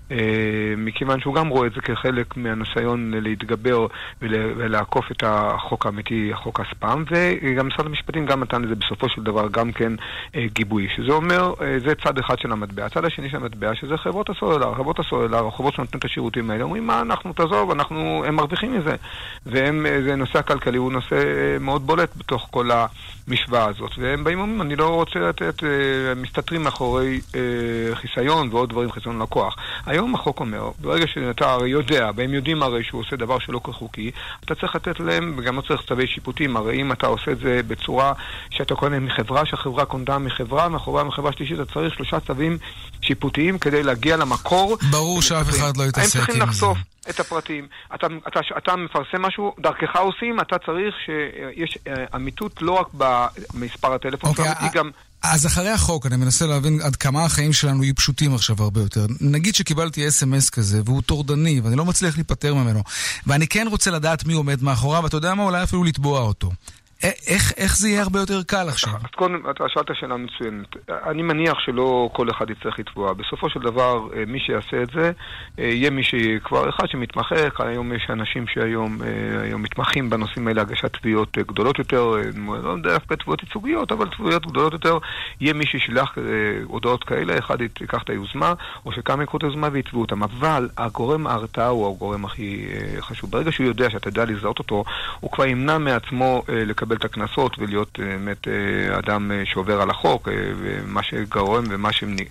מכיוון שהוא גם רואה את זה כחלק מהניסיון להתגבר ולעקוף את החוק האמיתי, החוק הספאם, וגם משרד המשפטים גם נתן לזה בסופו של דבר גם כן גיבוי, שזה אומר, זה צד אחד של המטבע. הצד השני של המטבע, שזה חברות הסוללר, חברות הסוללר, החברות שנותנים את השירותים האלה, אומרים, מה אנחנו תעזוב, אנחנו, הם מרוויחים מזה. והם, זה נושא הכלכלי, הוא נושא מאוד בולט בתוך כל המשוואה הזאת. והם באים אומרים, אני לא רוצה לתת, מסתתרים מאחורי חיסיון ועוד דברים, חיסיון לקוח. היום החוק אומר, ברגע שאתה הרי יודע, והם יודעים הרי שהוא עושה דבר שלא כחוקי, אתה צריך לתת להם, וגם לא צריך צווי שיפוטים, הרי אם אתה עושה את זה בצורה שאתה קונה מחברה, שהחברה קונדה מחברה, מאחורי מחברה שלישית, אתה צריך שלושה צווים שיפוטיים כדי להגיע למקור. ברור שאף אחד לא יתעסק עם זה. הם צריכים לחשוף את הפרטים. אתה, אתה, אתה מפרסם משהו, דרכך עושים, אתה צריך שיש אמיתות לא רק במספר הטלפון, אוקיי, גם... אז אחרי החוק, אני מנסה להבין עד כמה החיים שלנו יהיו פשוטים עכשיו הרבה יותר. נגיד שקיבלתי אס אם אס כזה, והוא תורדני, ואני לא מצליח להיפטר ממנו, ואני כן רוצה לדעת מי עומד מאחוריו, ואתה יודע מה, אולי אפילו לתבוע אותו. איך, איך זה יהיה הרבה יותר קל עכשיו? אז קודם, אתה שאלת שאלה מצוינת. אני מניח שלא כל אחד יצטרך לתבוע. בסופו של דבר, מי שיעשה את זה, יהיה מי שכבר אחד שמתמחה, היום יש אנשים שהיום היום מתמחים בנושאים האלה, הגשת תביעות גדולות יותר, לא דווקא תביעות ייצוגיות, אבל תביעות גדולות יותר, יהיה מי שישלח הודעות כאלה, אחד ייקח את היוזמה, או שכמה יקחו את היוזמה ויתבעו אותם. אבל הגורם ההרתעה הוא הגורם הכי חשוב. ברגע שהוא יודע שאתה יודע לזהות אותו, הוא כבר ימנע מעצמו לקבל את הכנסות ולהיות באמת אדם שעובר על החוק, ומה שגורם ומה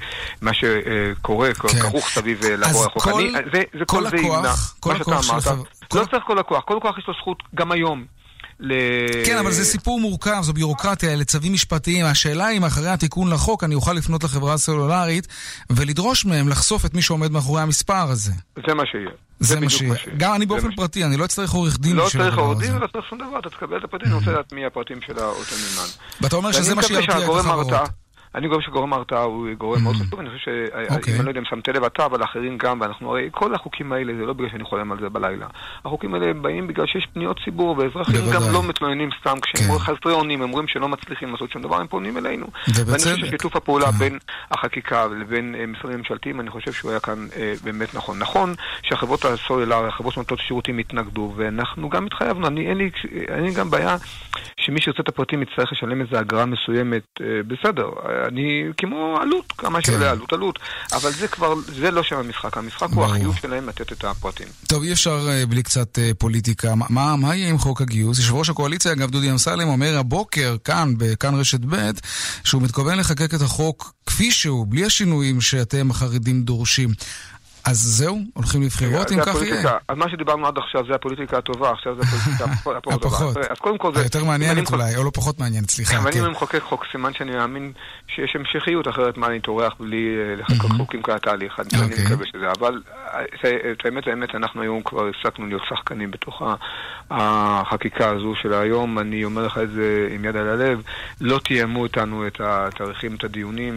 שקורה, כרוך סביב לעבור החוק. זה כל זה ימנע. מה שאתה אמרת. לא צריך כל לקוח. כל לקוח יש לו זכות גם היום. כן, אבל זה סיפור מורכב, זו ביורוקרטיה, אלה צווים משפטיים. השאלה היא אם אחרי התיקון לחוק אני אוכל לפנות לחברה הסלולרית ולדרוש מהם לחשוף את מי שעומד מאחורי המספר הזה. זה מה שיהיה. זה מה שיהיה. גם אני באופן פרטי, אני לא אצטרך עורך דין. לא צריך עורך דין ולא צריך שום דבר, אתה תקבל את הפרטים, אני רוצה לדעת מי הפרטים של אותו נאמן. ואתה אומר שזה מה שירתיע את החברות. אני חושב שגורם ההרתעה הוא גורם מאוד חשוב, אני חושב שאם אני לא יודע אם שמת לב אתה, אבל האחרים גם, ואנחנו הרי, כל החוקים האלה זה לא בגלל שאני חולם על זה בלילה. החוקים האלה באים בגלל שיש פניות ציבור, ואזרחים גם לא מתלוננים סתם, כשהם חסרי אונים, הם אומרים שלא מצליחים לעשות שום דבר, הם פונים אלינו. ואני חושב ששיתוף הפעולה בין החקיקה לבין משרדים ממשלתיים, אני חושב שהוא היה כאן באמת נכון. נכון שהחברות הסוללר, החברות שנותנות שירותים התנגדו, ואנחנו גם התחייבנו. אני, אין לי, אין לי גם בעיה שמי שיוצא את הפרטים יצטרך לשלם איזו אגרה מסוימת, בסדר, אני כמו עלות, כמה שעולה עלות עלות, אבל זה כבר, זה לא שם המשחק, המשחק הוא החיוב שלהם לתת את הפרטים. טוב, אי אפשר בלי קצת פוליטיקה, מה, מה יהיה עם חוק הגיוס? יושב ראש הקואליציה, אגב, דודי אמסלם, אומר הבוקר, כאן, בכאן רשת ב', שהוא מתכוון לחקק את החוק כפי שהוא, בלי השינויים שאתם החרדים דורשים. אז זהו, הולכים לבחירות, אם כך יהיה. אז מה שדיברנו עד עכשיו זה הפוליטיקה הטובה, עכשיו זה הפוליטיקה הפחות. אז קודם כל זה... היותר מעניינת אולי, או לא פחות מעניינת, סליחה. אבל אם אני מחוקק חוק, סימן שאני מאמין שיש המשכיות, אחרת מה אני תורח בלי לחקק חוקים כתהליך. אני מקווה שזה. אבל האמת, האמת, אנחנו היום כבר הפסקנו להיות שחקנים בתוך החקיקה הזו של היום. אני אומר לך את זה עם יד על הלב. לא תיימו אותנו את התאריכים, את הדיונים.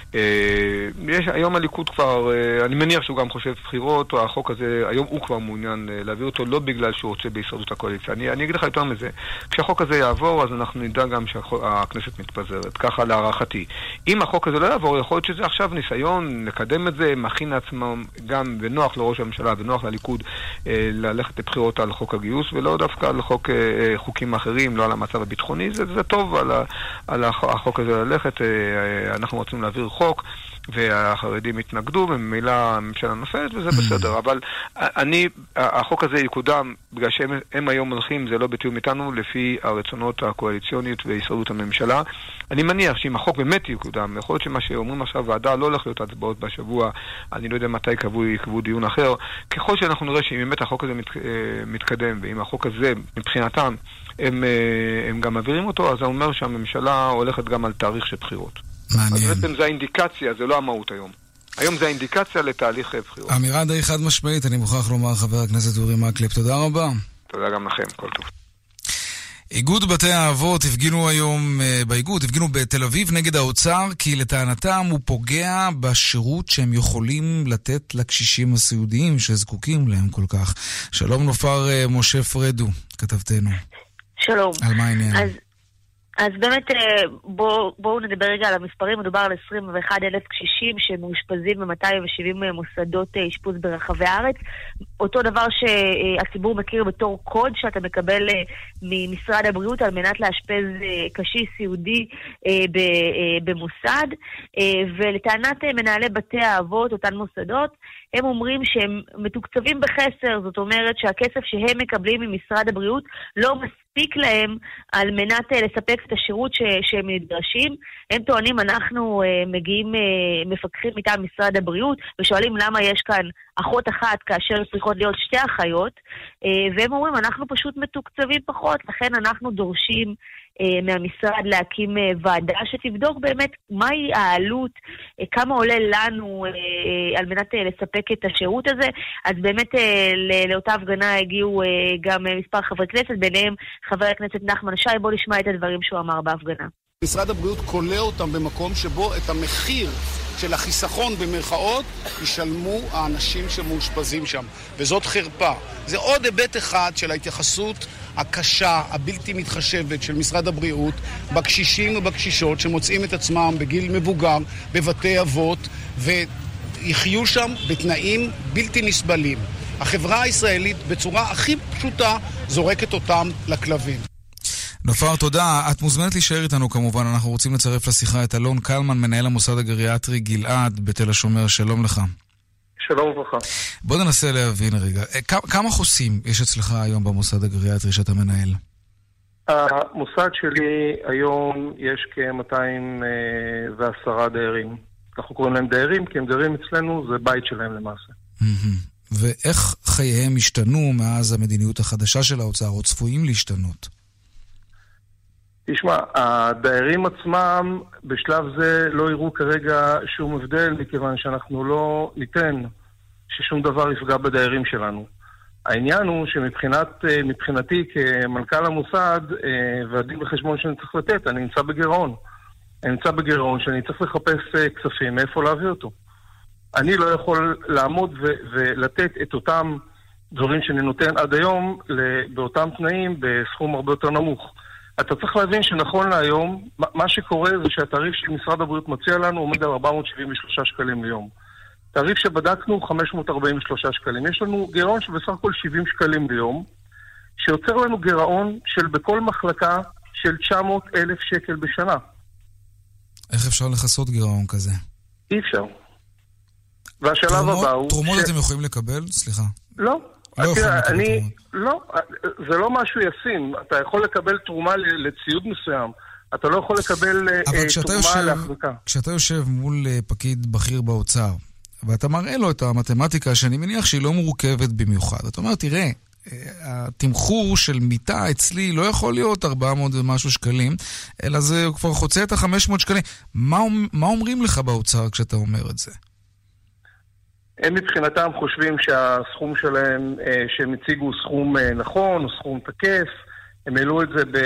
יש, היום הליכוד כבר, אני מניח שהוא גם חושב בחירות, או החוק הזה, היום הוא כבר מעוניין להעביר אותו, לא בגלל שהוא רוצה בהישרדות הקואליציה. אני, אני אגיד לך יותר מזה. כשהחוק הזה יעבור, אז אנחנו נדע גם שהכנסת מתפזרת. ככה להערכתי. אם החוק הזה לא יעבור, יכול להיות שזה עכשיו ניסיון לקדם את זה, מכין עצמם גם בנוח לראש הממשלה, בנוח לליכוד, ללכת לבחירות על חוק הגיוס, ולא דווקא על חוק, חוקים אחרים, לא על המצב הביטחוני. זה, זה טוב על, על החוק הזה ללכת. אנחנו רוצים להעביר חוק, והחרדים התנגדו, וממילא הממשלה נופלת, וזה בסדר. אבל אני, החוק הזה יקודם, בגלל שהם הם היום הולכים, זה לא בתיאום איתנו, לפי הרצונות הקואליציונית והישרדות הממשלה. אני מניח שאם החוק באמת יקודם, יכול להיות שמה שאומרים עכשיו, ועדה לא הולך להיות הצבעות בשבוע, אני לא יודע מתי קבעו, יקבעו דיון אחר. ככל שאנחנו נראה שאם באמת החוק הזה מת, מתקדם, ואם החוק הזה, מבחינתם, הם, הם גם מעבירים אותו, אז זה אומר שהממשלה הולכת גם על תאריך של בחירות. מעניין. אז בעצם זה האינדיקציה, זה לא המהות היום. היום זה האינדיקציה לתהליך בחירות. אמירה די חד משמעית, אני מוכרח לומר, חבר הכנסת אורי מקלב, תודה רבה. תודה גם לכם, כל טוב. איגוד בתי האבות הפגינו היום, באיגוד, הפגינו בתל אביב נגד האוצר, כי לטענתם הוא פוגע בשירות שהם יכולים לתת לקשישים הסיעודיים שזקוקים להם כל כך. שלום נופר משה פרדו, כתבתנו. שלום. על מה העניין? אז... אז באמת בואו בוא נדבר רגע על המספרים. מדובר על עשרים ואחד אלף קשישים שמאושפזים ב-מאתיים שבעים מוסדות אשפוז ברחבי הארץ. אותו דבר שהציבור מכיר בתור קוד שאתה מקבל ממשרד הבריאות על מנת לאשפז קשיש סיעודי במוסד. ולטענת מנהלי בתי האבות, אותן מוסדות, הם אומרים שהם מתוקצבים בחסר. זאת אומרת שהכסף שהם מקבלים ממשרד הבריאות לא מספיק להם על מנת לספק את השירות ש- שהם נדרשים. הם טוענים, אנחנו uh, מגיעים, uh, מפקחים מטעם משרד הבריאות, ושואלים למה יש כאן אחות אחת כאשר צריכות להיות שתי אחיות, uh, והם אומרים, אנחנו פשוט מתוקצבים פחות, לכן אנחנו דורשים uh, מהמשרד להקים uh, ועדה שתבדוק באמת מהי העלות, uh, כמה עולה לנו uh, uh, על מנת uh, לספק את השירות הזה. אז באמת uh, לא, לאותה הפגנה הגיעו uh, גם uh, מספר חברי כנסת, ביניהם חבר הכנסת נחמן שי. בוא נשמע את הדברים שהוא אמר בהפגנה. משרד הבריאות קולה אותם במקום שבו את המחיר של החיסכון במרכאות ישלמו האנשים שמאושפזים שם, וזאת חרפה. זה עוד היבט אחד של ההתייחסות הקשה, הבלתי מתחשבת של משרד הבריאות בקשישים ובקשישות שמוצאים את עצמם בגיל מבוגר בבתי אבות ויחיו שם בתנאים בלתי נסבלים. החברה הישראלית בצורה הכי פשוטה זורקת אותם לכלבים. נופר, תודה. את מוזמנת להישאר איתנו כמובן. אנחנו רוצים לצרף לשיחה את אלון קלמן, מנהל המוסד הגריאטרי גלעד בתל השומר. שלום לך. שלום וברכה. בוא ננסה להבין רגע. כמה חוסים יש אצלך היום במוסד הגריאטרי שאתה מנהל? המוסד שלי היום יש כ-מאתיים ועשרה דיירים. אנחנו קוראים להם דיירים, כי הם דיירים אצלנו, זה בית שלהם למעשה. ואיך חייהם השתנו מאז המדיניות החדשה של האוצר, או צפויים להשתנות? תשמע, הדיירים עצמם בשלב זה לא יראו כרגע שום הבדל, מכיוון שאנחנו לא ניתן ששום דבר יפגע בדיירים שלנו. העניין הוא שמבחינת, מבחינתי כמנכ"ל המוסד, והדין בחשבון שאני צריך לתת, אני נמצא בגירעון. אני נמצא בגירעון שאני צריך לחפש כספים, מאיפה להביא אותו. אני לא יכול לעמוד ו- ולתת את אותם דברים שאני נותן עד היום באותם תנאים בסכום הרבה יותר נמוך. אתה צריך להבין שנכון להיום, מה שקורה זה שהתעריף של משרד הבריאות מציע לנו עומד על ארבע מאות שבעים ושלושה שקלים ליום. תעריף שבדקנו חמש מאות ארבעים ושלושה שקלים. יש לנו גירעון שבסך הכל שבעים שקלים ליום, שיוצר לנו גירעון של בכל מחלקה של תשע מאות אלף שקל בשנה. איך אפשר לחסות גירעון כזה? אי אפשר. והשלב הבא הוא... תרומות אתם יכולים לקבל? סליחה. לא. לא יכולים לקבל אני... לא, זה לא משהו ישים. אתה יכול לקבל תרומה לציוד מסוים. אתה לא יכול לקבל תרומה להחזקה. כשאתה יושב מול פקיד בכיר באוצר, ואתה מראה לו את המתמטיקה שאני מניח שהיא לא מורכבת במיוחד. אתה אומר, תראה, התמחור של מיטה אצלי לא יכול להיות ארבע מאות ומשהו שקלים, אלא זה כבר חוצה את ה-חמש מאות שקלים. מה, מה אומרים לך באוצר כשאתה אומר את זה? הם מבחינתם חושבים שהסכום שלהם, שהם הציגו סכום נכון, או סכום תקף. הם העלו את זה, ב...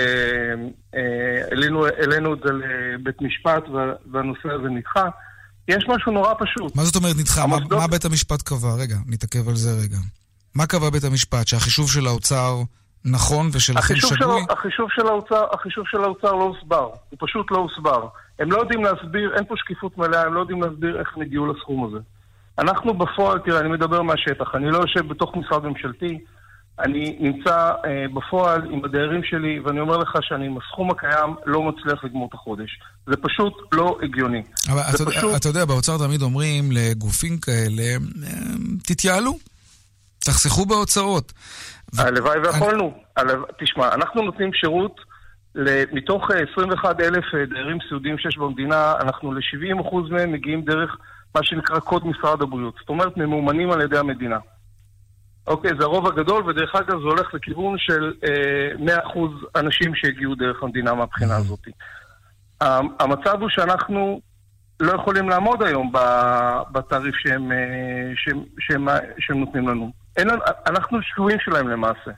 העלינו את זה לבית משפט, והנושא הזה נדחה. יש משהו נורא פשוט. מה זאת אומרת נדחה? המוסדות... מה, מה בית המשפט קבע? רגע, נתעכב על זה רגע. מה קבע בית המשפט? שהחישוב של האוצר נכון ושלכם שגוי? של... החישוב של האוצר, החישוב של האוצר לא הוסבר. הוא פשוט לא הוסבר. הם לא יודעים להסביר, אין פה שקיפות מלאה, הם לא יודעים להסביר איך הם הגיעו לסכום הזה. אנחנו בפועל, תראה, אני מדבר מהשטח, אני לא יושב בתוך משרד ממשלתי, אני נמצא אה, בפועל עם הדיירים שלי, ואני אומר לך שאני עם הסכום הקיים לא מצליח לגמור את החודש. זה פשוט לא הגיוני. אבל אתה, פשוט... אתה יודע, באוצר תמיד אומרים לגופים כאלה, תתייעלו, תחסכו בהוצאות. הלוואי ויכולנו. אני... תשמע, אנחנו נותנים שירות, מתוך עשרים ואחד אלף דיירים סיעודיים שיש במדינה, אנחנו ל-שבעים אחוז מהם מגיעים דרך מה שנקרא קוד משרד הבריאות. זאת אומרת, ממומנים על ידי המדינה. אוקיי, זה הרוב הגדול, ודרך אגב זה הולך לכיוון של אה, מאה אחוז אנשים שהגיעו דרך המדינה מהבחינה הזאת. המצב הוא שאנחנו לא יכולים לעמוד היום בתעריף שהם, שהם, שהם, שהם נותנים לנו. אין, אנחנו שבויים שלהם למעשה.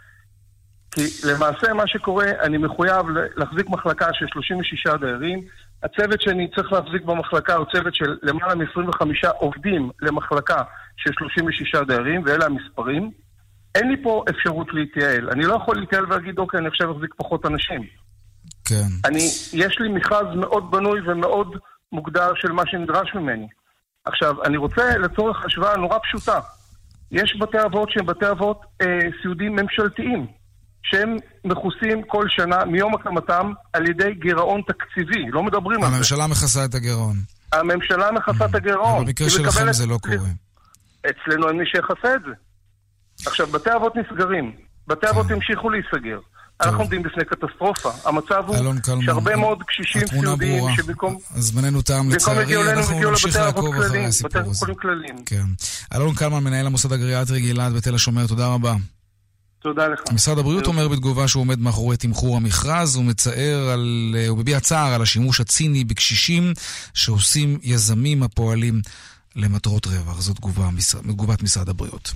כי למעשה מה שקורה, אני מחויב להחזיק מחלקה של שלושים ושישה דיירים, הצוות שאני צריך להחזיק במחלקה הוא צוות של למעלה מ-עשרים וחמישה עובדים למחלקה של שלושים ושישה דיירים, ואלה המספרים. אין לי פה אפשרות להתייעל. אני לא יכול להתייעל ולהגיד, אוקיי, אני עכשיו אחזיק פחות אנשים. כן. אני, יש לי מכרז מאוד בנוי ומאוד מוגדר של מה שנדרש ממני. עכשיו, אני רוצה לצורך השוואה נורא פשוטה. יש בתי אבות שהם בתי אבות אה, סיעודיים ממשלתיים, שהם מכוסים כל שנה מיום הקמתם על ידי גירעון תקציבי. לא מדברים על זה. הממשלה מכסה את הגירעון. הממשלה מכסה את הגירעון. במקרה שלכם זה לא קורה. אצלנו אין מי שיחסה את זה. עכשיו, בתי אבות נסגרים. בתי אבות המשיכו להיסגר. אנחנו עומדים בפני קטסטרופה. המצב הוא שהרבה מאוד קשישים סיעודיים שבמקום... זמננו טעם לצערי, אנחנו נמשיך לעקוב אחרי הסיפור הזה. כן. אלון קלמן, מנהל המוסד הגריאטרי גלעד בתל השומר, תודה רבה. תודה לך. משרד הבריאות אומר בתגובה שהוא עומד מאחורי תמחור המכרז, הוא מצער על, הוא מביע צער על השימוש הציני בקשישים שעושים יזמים הפועלים למטרות רווח. זו תגובה, תגובת משרד הבריאות.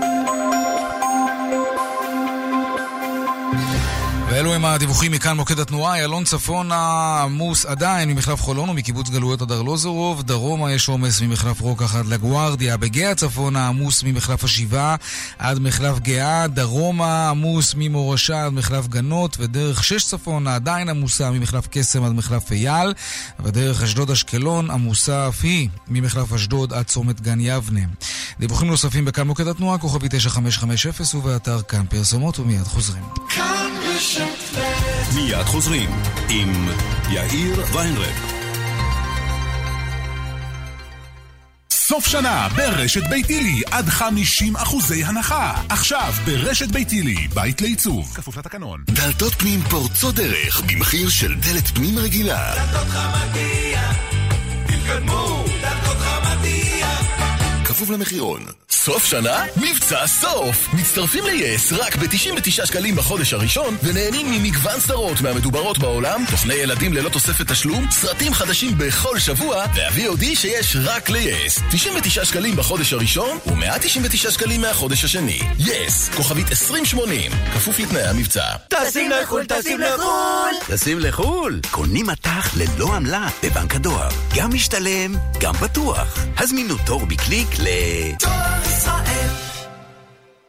ואלו הם הדיווחים מכאן מוקד התנועה. ילון צפון עמוס עדיין ממחלף חולון ומקיבוץ גלויות עד ארלוזורוב. דרומה יש עומס ממחלף רוקח עד לגוארדיה. בגאה צפון עמוס ממחלף השבעה עד מחלף גאה. דרומה עמוס ממורשה עד מחלף גנות. ודרך שש צפון עדיין עמוסה ממחלף קסם עד מחלף אייל. ודרך אשדוד אשקלון עמוסה אף היא ממחלף אשדוד עד צומת גן יבנה. דיווחים נוספים בכאן מוקד התנועה כוכבי תשע חמש חמש אפס ובאתר כאן פרסומות, ומיד חוזרים. מיד חוזרים עם יאיר ויינרב. סוף שנה ברשת ביתילי עד חמישים אחוזי הנחה. עכשיו ברשת ביתילי, בית לעיצוב, כפוף לתקנון. דלתות פנים פורצות דרך במחיר של דלת פנים רגילה. דלתות חמדיה, תתקדמו, דלתות חמדיה. כפוף למחירון. סוף שנה? מבצע סוף! מצטרפים ל-יס רק ב-תשעים ותשעה שקלים בחודש הראשון ונהנים ממגוון סדרות מהמדוברות בעולם, תוכני ילדים ללא תוספת תשלום, סרטים חדשים בכל שבוע וה-וי או די שיש רק ל-יס. תשעים ותשעה שקלים בחודש הראשון ו-מאה תשעים ותשעה שקלים מהחודש השני. יס, כוכבית עשרים שמונים, כפוף לתנאי המבצע. טסים לחול, טסים לחול! טסים לחול! קונים מטח ללא עמלה בבנק הדואר. גם משתלם, גם בטוח. הזמינו תור בקליק ל... תור ישראל.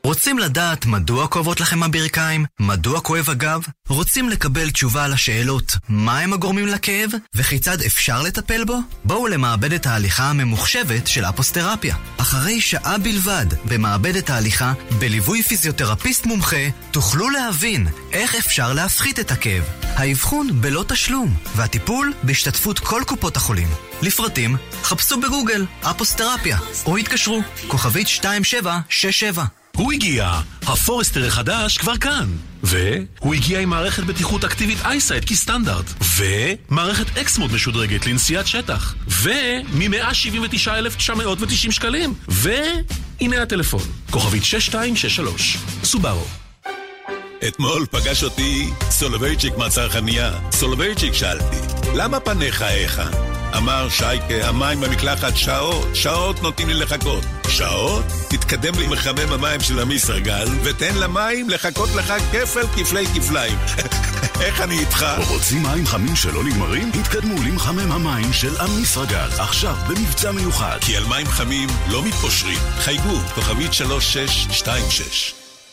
רוצים לדעת מדוע כואבות לכם הברכיים? מדוע כואב הגב? רוצים לקבל תשובה על השאלות מה הם הגורמים לכאב וכיצד אפשר לטפל בו? בואו למעבדת ההליכה הממוחשבת של אפוסטרפיה. אחרי שעה בלבד במעבדת ההליכה, בליווי פיזיותרפיסט מומחה, תוכלו להבין איך אפשר להפחית את הכאב. האבחון בלא תשלום, והטיפול בהשתתפות כל קופות החולים. לפרטים, חפשו בגוגל אפוסטרפיה, או התקשרו, כוכבית שתיים שבע שש שבע. הוא הגיע, הפורסטר החדש כבר כאן. והוא הגיע עם מערכת בטיחות אקטיבית אייסייט כסטנדרט. ומערכת אקסמוד משודרגת לנסיעת שטח. ומ-מאה שבעים ותשעה אלף תשע מאות ותשעים שקלים. והנה הטלפון, כוכבית שש שתיים שש שלוש, סובארו. אתמול פגש אותי סולובייצ'יק מהצרכנייה. סולובייצ'יק שאלתי, למה פניך איכה? אמר שייקה, המים במקלחת שעות, שעות נותנים לי לחכות. שעות? תתקדם לי מחמם המים של המסרגל ותן למים לחכות לך כפל כפלי כפליים. איך אני איתך? רוצים מים חמים שלא נגמרים? התקדמו למחמם המים של המסרגל. עכשיו במבצע מיוחד. כי על מים חמים לא מתפושרים. חייגו, כוכבית שלוש שש שתיים שש.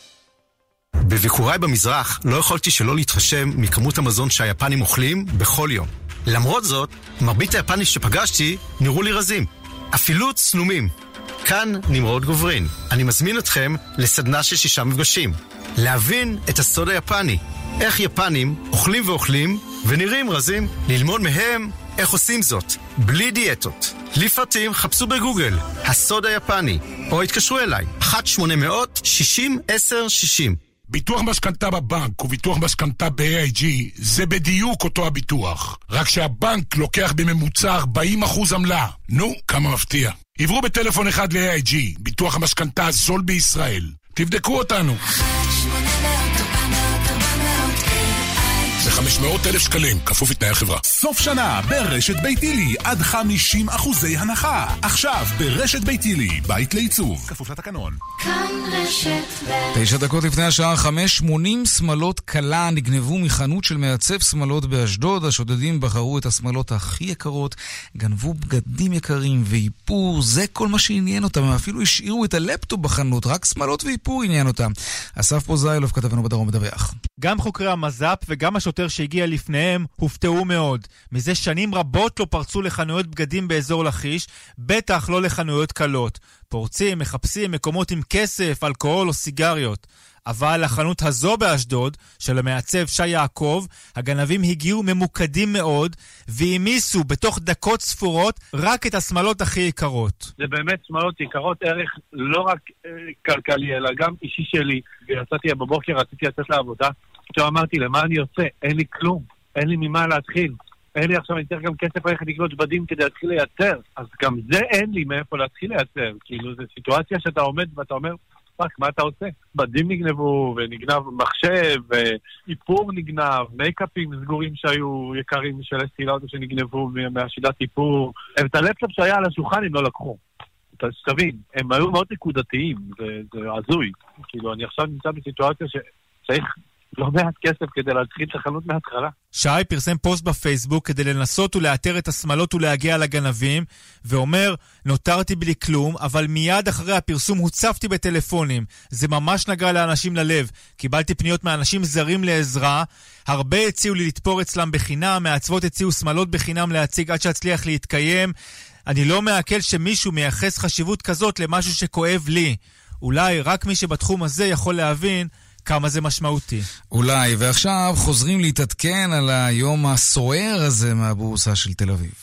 בביקוריי במזרח לא יכולתי שלא להתחשם מכמות המזון שהיפנים אוכלים בכל יום. למרות זאת, מרבית היפנים שפגשתי נראו לי רזים. אפילו צנומים. כאן נמרוד גוברין. אני מזמין אתכם לסדנה של שישה מפגשים. להבין את הסוד היפני. איך יפנים אוכלים ואוכלים ונראים רזים. ללמוד מהם איך עושים זאת. בלי דיאטות. לפרטים חפשו בגוגל. הסוד היפני. או התקשרו אליי. אחת שמונה אפס אפס שישים עשר שישים. ביטוח משכנתה בבנק וביטוח משכנתה ב-איי איי ג'י זה בדיוק אותו הביטוח. רק שהבנק לוקח בממוצע ארבעים אחוז עמלה. נו, כמה מפתיע. עברו בטלפון אחד ל-איי איי ג'י, ביטוח המשכנתה הזול בישראל. תבדקו אותנו. זה חמש מאות אלף שקלים, כפוף לתנאי החברה. סוף שנה ברשת ביתילי, עד חמישים אחוזי הנחה. עכשיו ברשת ביתילי, בית לעיצוב, כפוף לתקנון. כאן רשת ב' תשע דקות לפני השעה חמש, שמונים סמלות קלה נגנבו מחנות של מעצב סמלות באשדוד. השודדים בחרו את הסמלות הכי יקרות, גנבו בגדים יקרים ואיפור, זה כל מה שעניין אותם. הם אפילו השאירו את הלפטופ בחנות, רק סמלות ואיפור עניין אותם. אסף פוזיילוב, כתבנו בדרום, מדווח. גם חוקרי המז"פ וגם השוטר שהגיע לפניהם הופתעו מאוד. מזה שנים רבות לא פרצו לחנויות בגדים באזור לכיש, בטח לא לחנויות קלות. פורצים, מחפשים מקומות עם כסף, אלכוהול או סיגריות. אבל לחנות הזו באשדוד, של המעצב שי יעקב, הגנבים הגיעו ממוקדים מאוד, והמיסו בתוך דקות ספורות רק את הסמלות הכי יקרות. זה באמת סמלות יקרות ערך לא רק אה, כלכלי, אלא גם אישי שלי. ויצאתי בבוקר, רציתי לצאת לעבודה, עכשיו אמרתי, למה אני יוצא? אין לי כלום, אין לי ממה להתחיל. אין לי עכשיו, אני צריך גם כסף ללכת לקנות בדים כדי להתחיל לייצר. אז גם זה אין לי מאיפה להתחיל לייצר. כאילו, זו סיטואציה שאתה עומד ואתה אומר, פאק, מה אתה עושה? בדים נגנבו, ונגנב מחשב, ואיפור נגנב, מייקאפים סגורים שהיו יקרים של אסטילאוטו שנגנבו מהשידת איפור. את הלפטופ שהיה על השולחן הם לא לקחו. אתה תבין, הם היו מאוד נקודתיים, זה, זה עזוי. כאילו, אני עכשיו נמצא בסיטואציה שצריך לא מעט כסף כדי להתחיל את החנות מההתחלה. שי פרסם פוסט בפייסבוק כדי לנסות ולאתר את הסמלות ולהגיע לגנבים, ואומר, נותרתי בלי כלום, אבל מיד אחרי הפרסום הוצפתי בטלפונים. זה ממש נגע לאנשים ללב. קיבלתי פניות מאנשים זרים לעזרה, הרבה הציעו לי לתפור אצלם בחינם, מעצבות הציעו סמלות בחינם להציג עד שהצליח להתקיים. אני לא מעכל שמישהו מייחס חשיבות כזאת למשהו שכואב לי. אולי רק מי שבתחום הזה יכול להבין כמה זה משמעותי. אולי, ועכשיו חוזרים להתעדכן על היום הסוער הזה מהבורסה של תל אביב.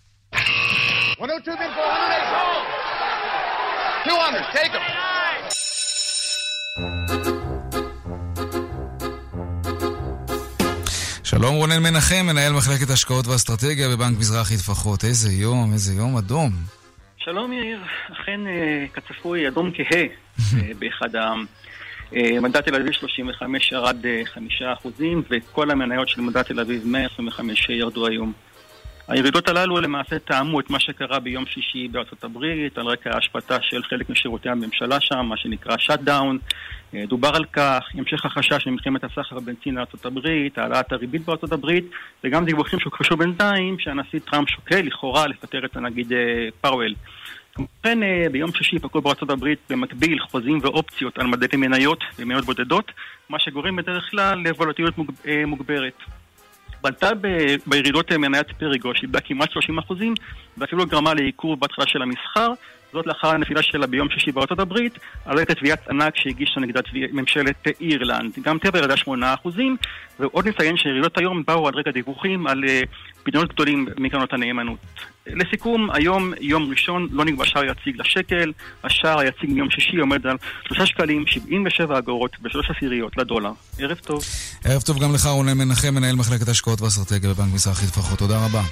שלום רונן מנחם, מנהל מחלקת השקעות ואסטרטגיה בבנק מזרחי טפחות. איזה יום, איזה יום אדום. שלום יאיר, אכן כצפוי אדום כהה באחד העם. מדד תל אביב שלושים וחמש ירד חמישה אחוזים, וכל המניות של מדד תל אביב מאה עשרים וחמש ירדו היום. הירידות הללו למעשה טעמו את מה שקרה ביום שישי בארצות הברית, על רקע ההשפטה של חלק משירותי הממשלה שם, מה שנקרא שאט-דאון. דובר על כך, המשך החשש ממלחמת הסחר בין סין לארצות הברית, העלאת הריבית בארצות הברית, וגם דיווחים שהוקרשו בינתיים שהנשיא טראמפ שוקל לכאורה לפטר את הנגיד פאוול. כמובן, ביום שישי פקעו בארצות הברית במקביל חוזים ואופציות על מדדי מניות ומניות בודדות, מה שגורם בדרך כלל לוולטיליות מוגברת. בלטה בירידות מניית פריגו, שאיבדה כמעט שלושים אחוזים, ואפילו גרמה לעיכוב בהתחלה של המסחר, זאת לאחר הנפילה שלה ביום שישי בארצות הברית, על רקע תביעת ענק שהגישה נגדה ממשלת אירלנד. גם טבע ירדה שמונה אחוזים, ועוד נציין שירידות היום באו על רקע דיווחים על פדיונות גדולים מקרנות הנאמנות. לסיכום, היום, יום ראשון, לא נקבע שער יציג לשקל, השער היציג מיום שישי עומד על שלושה שקלים, שבעים ושבע אגורות ושלוש עשיריות לדולר. ערב טוב. ערב טוב גם לך, רונן מנחם, מנהל מחלקת השקעות ואסטרטגיה בבנק מזרחי טפחות. תודה רבה.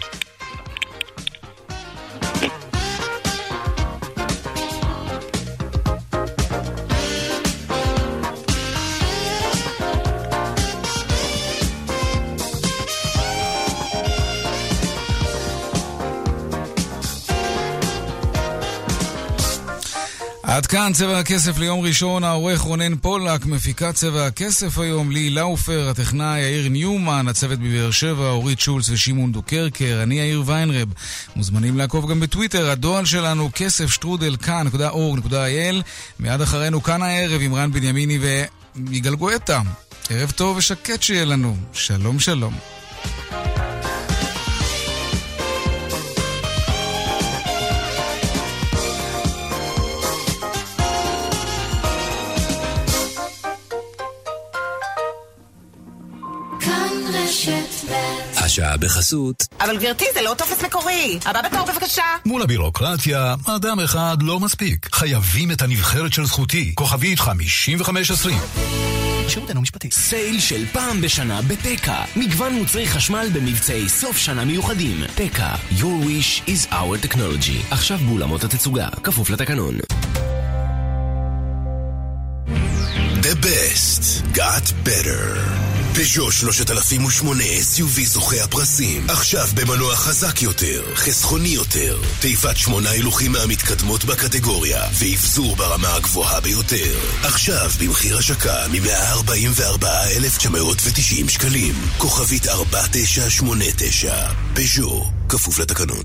עד כאן צבע הכסף ליום ראשון, העורך רונן פולק, מפיקת צבע הכסף היום, לי לאופר, הטכנאי יאיר ניומן, הצוות בבאר שבע, אורית שולץ ושימון דוקרקר, אני יאיר ויינרב. מוזמנים לעקוב גם בטוויטר, הדואל שלנו כסף שטרודל כאן נקודה אורג נקודה איי אל. מיד אחרינו כאן הערב עם רן בנימיני ויגאל גואטה. ערב טוב ושקט שיהיה לנו. שלום שלום. השעה בחסות. אבל גברתי, זה לא טופס מקורי. הבא בתור בבקשה. מול הבירוקרטיה, אדם אחד לא מספיק. חייבים את הנבחרת של זכותי. כוכבית חמישים וחמש עשרים. שירותנו משפטי. סייל של פעם בשנה בפקה. מגוון מוצרי חשמל במבצעי סוף שנה מיוחדים. פקה, your wish is our technology. עכשיו באולמות התצוגה, כפוף לתקנון. The best got better. פז'ו שלושת אלפים ושמונה אס יו וי זוכה הפרסים. עכשיו במנוע חזק יותר, חסכוני יותר, תיפת שמונה הילוכים מהמתקדמות בקטגוריה, ואבזור ברמה הגבוהה ביותר. עכשיו במחיר השקה מ-מאה ארבעים וארבעה אלף תשע מאות ותשעים שקלים. כוכבית ארבע תשע שמונה תשע. פז'ו, כפוף לתקנון.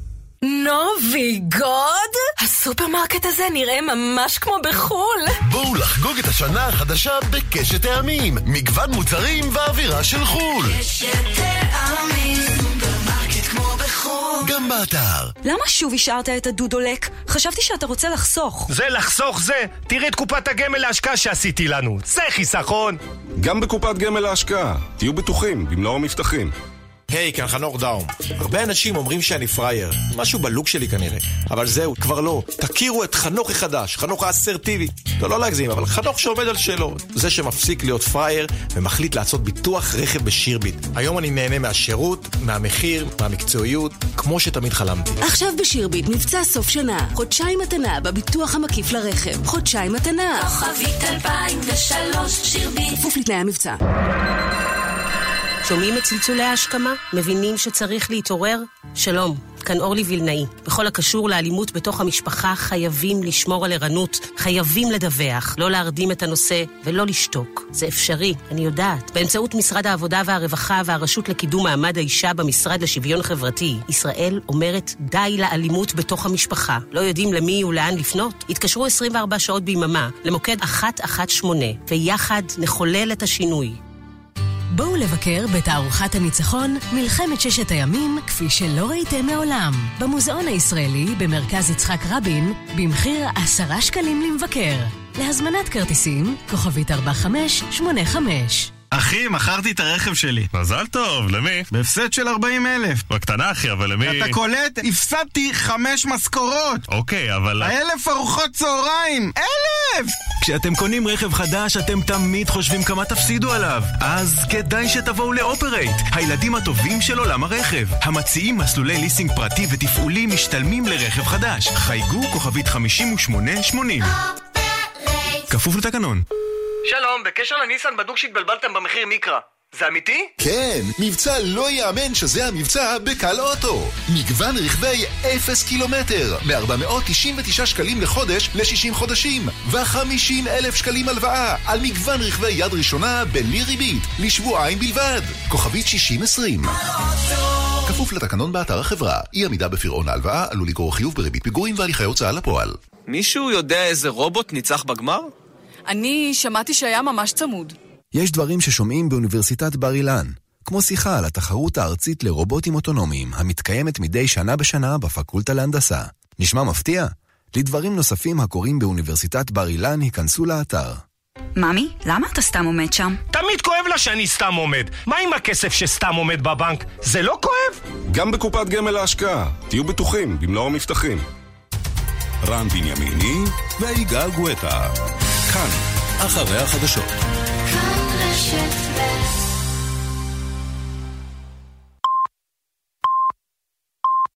נובי גוד? הסופרמרקט הזה נראה ממש כמו בחול. בואו לחגוג את השנה החדשה בקשת טעמים. מגוון מוצרים ואווירה של חול. קשת טעמים, סופרמרקט כמו בחול. גם באתר. למה שוב השארת את הדודולק? חשבתי שאתה רוצה לחסוך. זה לחסוך זה? תראי את קופת הגמל להשקעה שעשיתי לנו. זה חיסכון. גם בקופת גמל להשקעה. תהיו בטוחים, במלוא המבטחים. היי, כאן חנוך דאום. הרבה אנשים אומרים שאני פרייר, משהו בלוק שלי כנראה, אבל זהו, כבר לא. תכירו את חנוך החדש, חנוך האסרטיבי. לא, לא להגזים, אבל חנוך שעומד על שלו. זה שמפסיק להיות פרייר ומחליט לעשות ביטוח רכב בשירביט. היום אני נהנה מהשירות, מהמחיר, מהמקצועיות, כמו שתמיד חלמתי. עכשיו בשירביט מבצע סוף שנה. חודשיים מתנה בביטוח המקיף לרכב. חודשיים מתנה. כוכבית אלפיים ושלוש שירביט. כפוף לתנאי המבצע. שומעים את צלצולי ההשכמה? מבינים שצריך להתעורר? שלום, כאן אורלי וילנאי. בכל הקשור לאלימות בתוך המשפחה חייבים לשמור על ערנות, חייבים לדווח, לא להרדים את הנושא ולא לשתוק. זה אפשרי, אני יודעת. באמצעות משרד העבודה והרווחה והרשות לקידום מעמד האישה במשרד לשוויון חברתי, ישראל אומרת די לאלימות בתוך המשפחה. לא יודעים למי ולאן לפנות? התקשרו עשרים וארבע שעות ביממה למוקד אחת אחת שמונה, ויחד נחולל את השינוי. בואו לבקר בתערוכת הניצחון מלחמת ששת הימים כפי שלא ראיתם מעולם. במוזיאון הישראלי במרכז יצחק רבין במחיר עשרה שקלים למבקר. להזמנת כרטיסים כוכבית ארבע חמש שמונה חמש. אחי, מכרתי את הרכב שלי. מזל טוב, למי? בהפסד של ארבעים אלף. בקטנה אחי, אבל למי? אתה קולט? הפסדתי חמש משכורות. אוקיי, אבל... אלף ארוחות צהריים! אלף! כשאתם קונים רכב חדש, אתם תמיד חושבים כמה תפסידו עליו. אז כדאי שתבואו לאופרייט, הילדים הטובים של עולם הרכב. המציעים מסלולי ליסינג פרטי ותפעולי משתלמים לרכב חדש. חייגו כוכבית חמישים ושמונה שמונים. כפוף לתקנון. שלום, בקשר לניסן בדוק שהתבלבלתם במחיר מיקרה. זה אמיתי? כן, מבצע לא יאמן שזה המבצע בקל אוטו. מגוון רכבי אפס קילומטר, מ-ארבע מאות תשעים ותשעה שקלים לחודש ל-שישים חודשים, ו-חמישים אלף שקלים הלוואה על מגוון רכבי יד ראשונה בלי ריבית, לשבועיים בלבד. כוכבית שישים עשרים. כפוף לתקנון באתר החברה. אי עמידה בפירעון ההלוואה עלול לגרור חיוב בריבית פיגורים והליכי הוצאה לפועל. מישהו יודע איזה רובוט ניצח בגמר? אני שמעתי שהיה ממש צמוד. יש דברים ששומעים באוניברסיטת בר אילן, כמו שיחה על התחרות הארצית לרובוטים אוטונומיים, המתקיימת מדי שנה בשנה בפקולטה להנדסה. נשמע מפתיע? לדברים נוספים הקוראים באוניברסיטת בר אילן היכנסו לאתר. ממי, למה אתה סתם עומד שם? תמיד כואב לה שאני סתם עומד. מה עם הכסף שסתם עומד בבנק? זה לא כואב? גם בקופת גמל להשקעה. תהיו בטוחים במלוא המבטחים. רן בנימיני ויגאל גואטה. כאן, אחרי החדשות. כאן רשת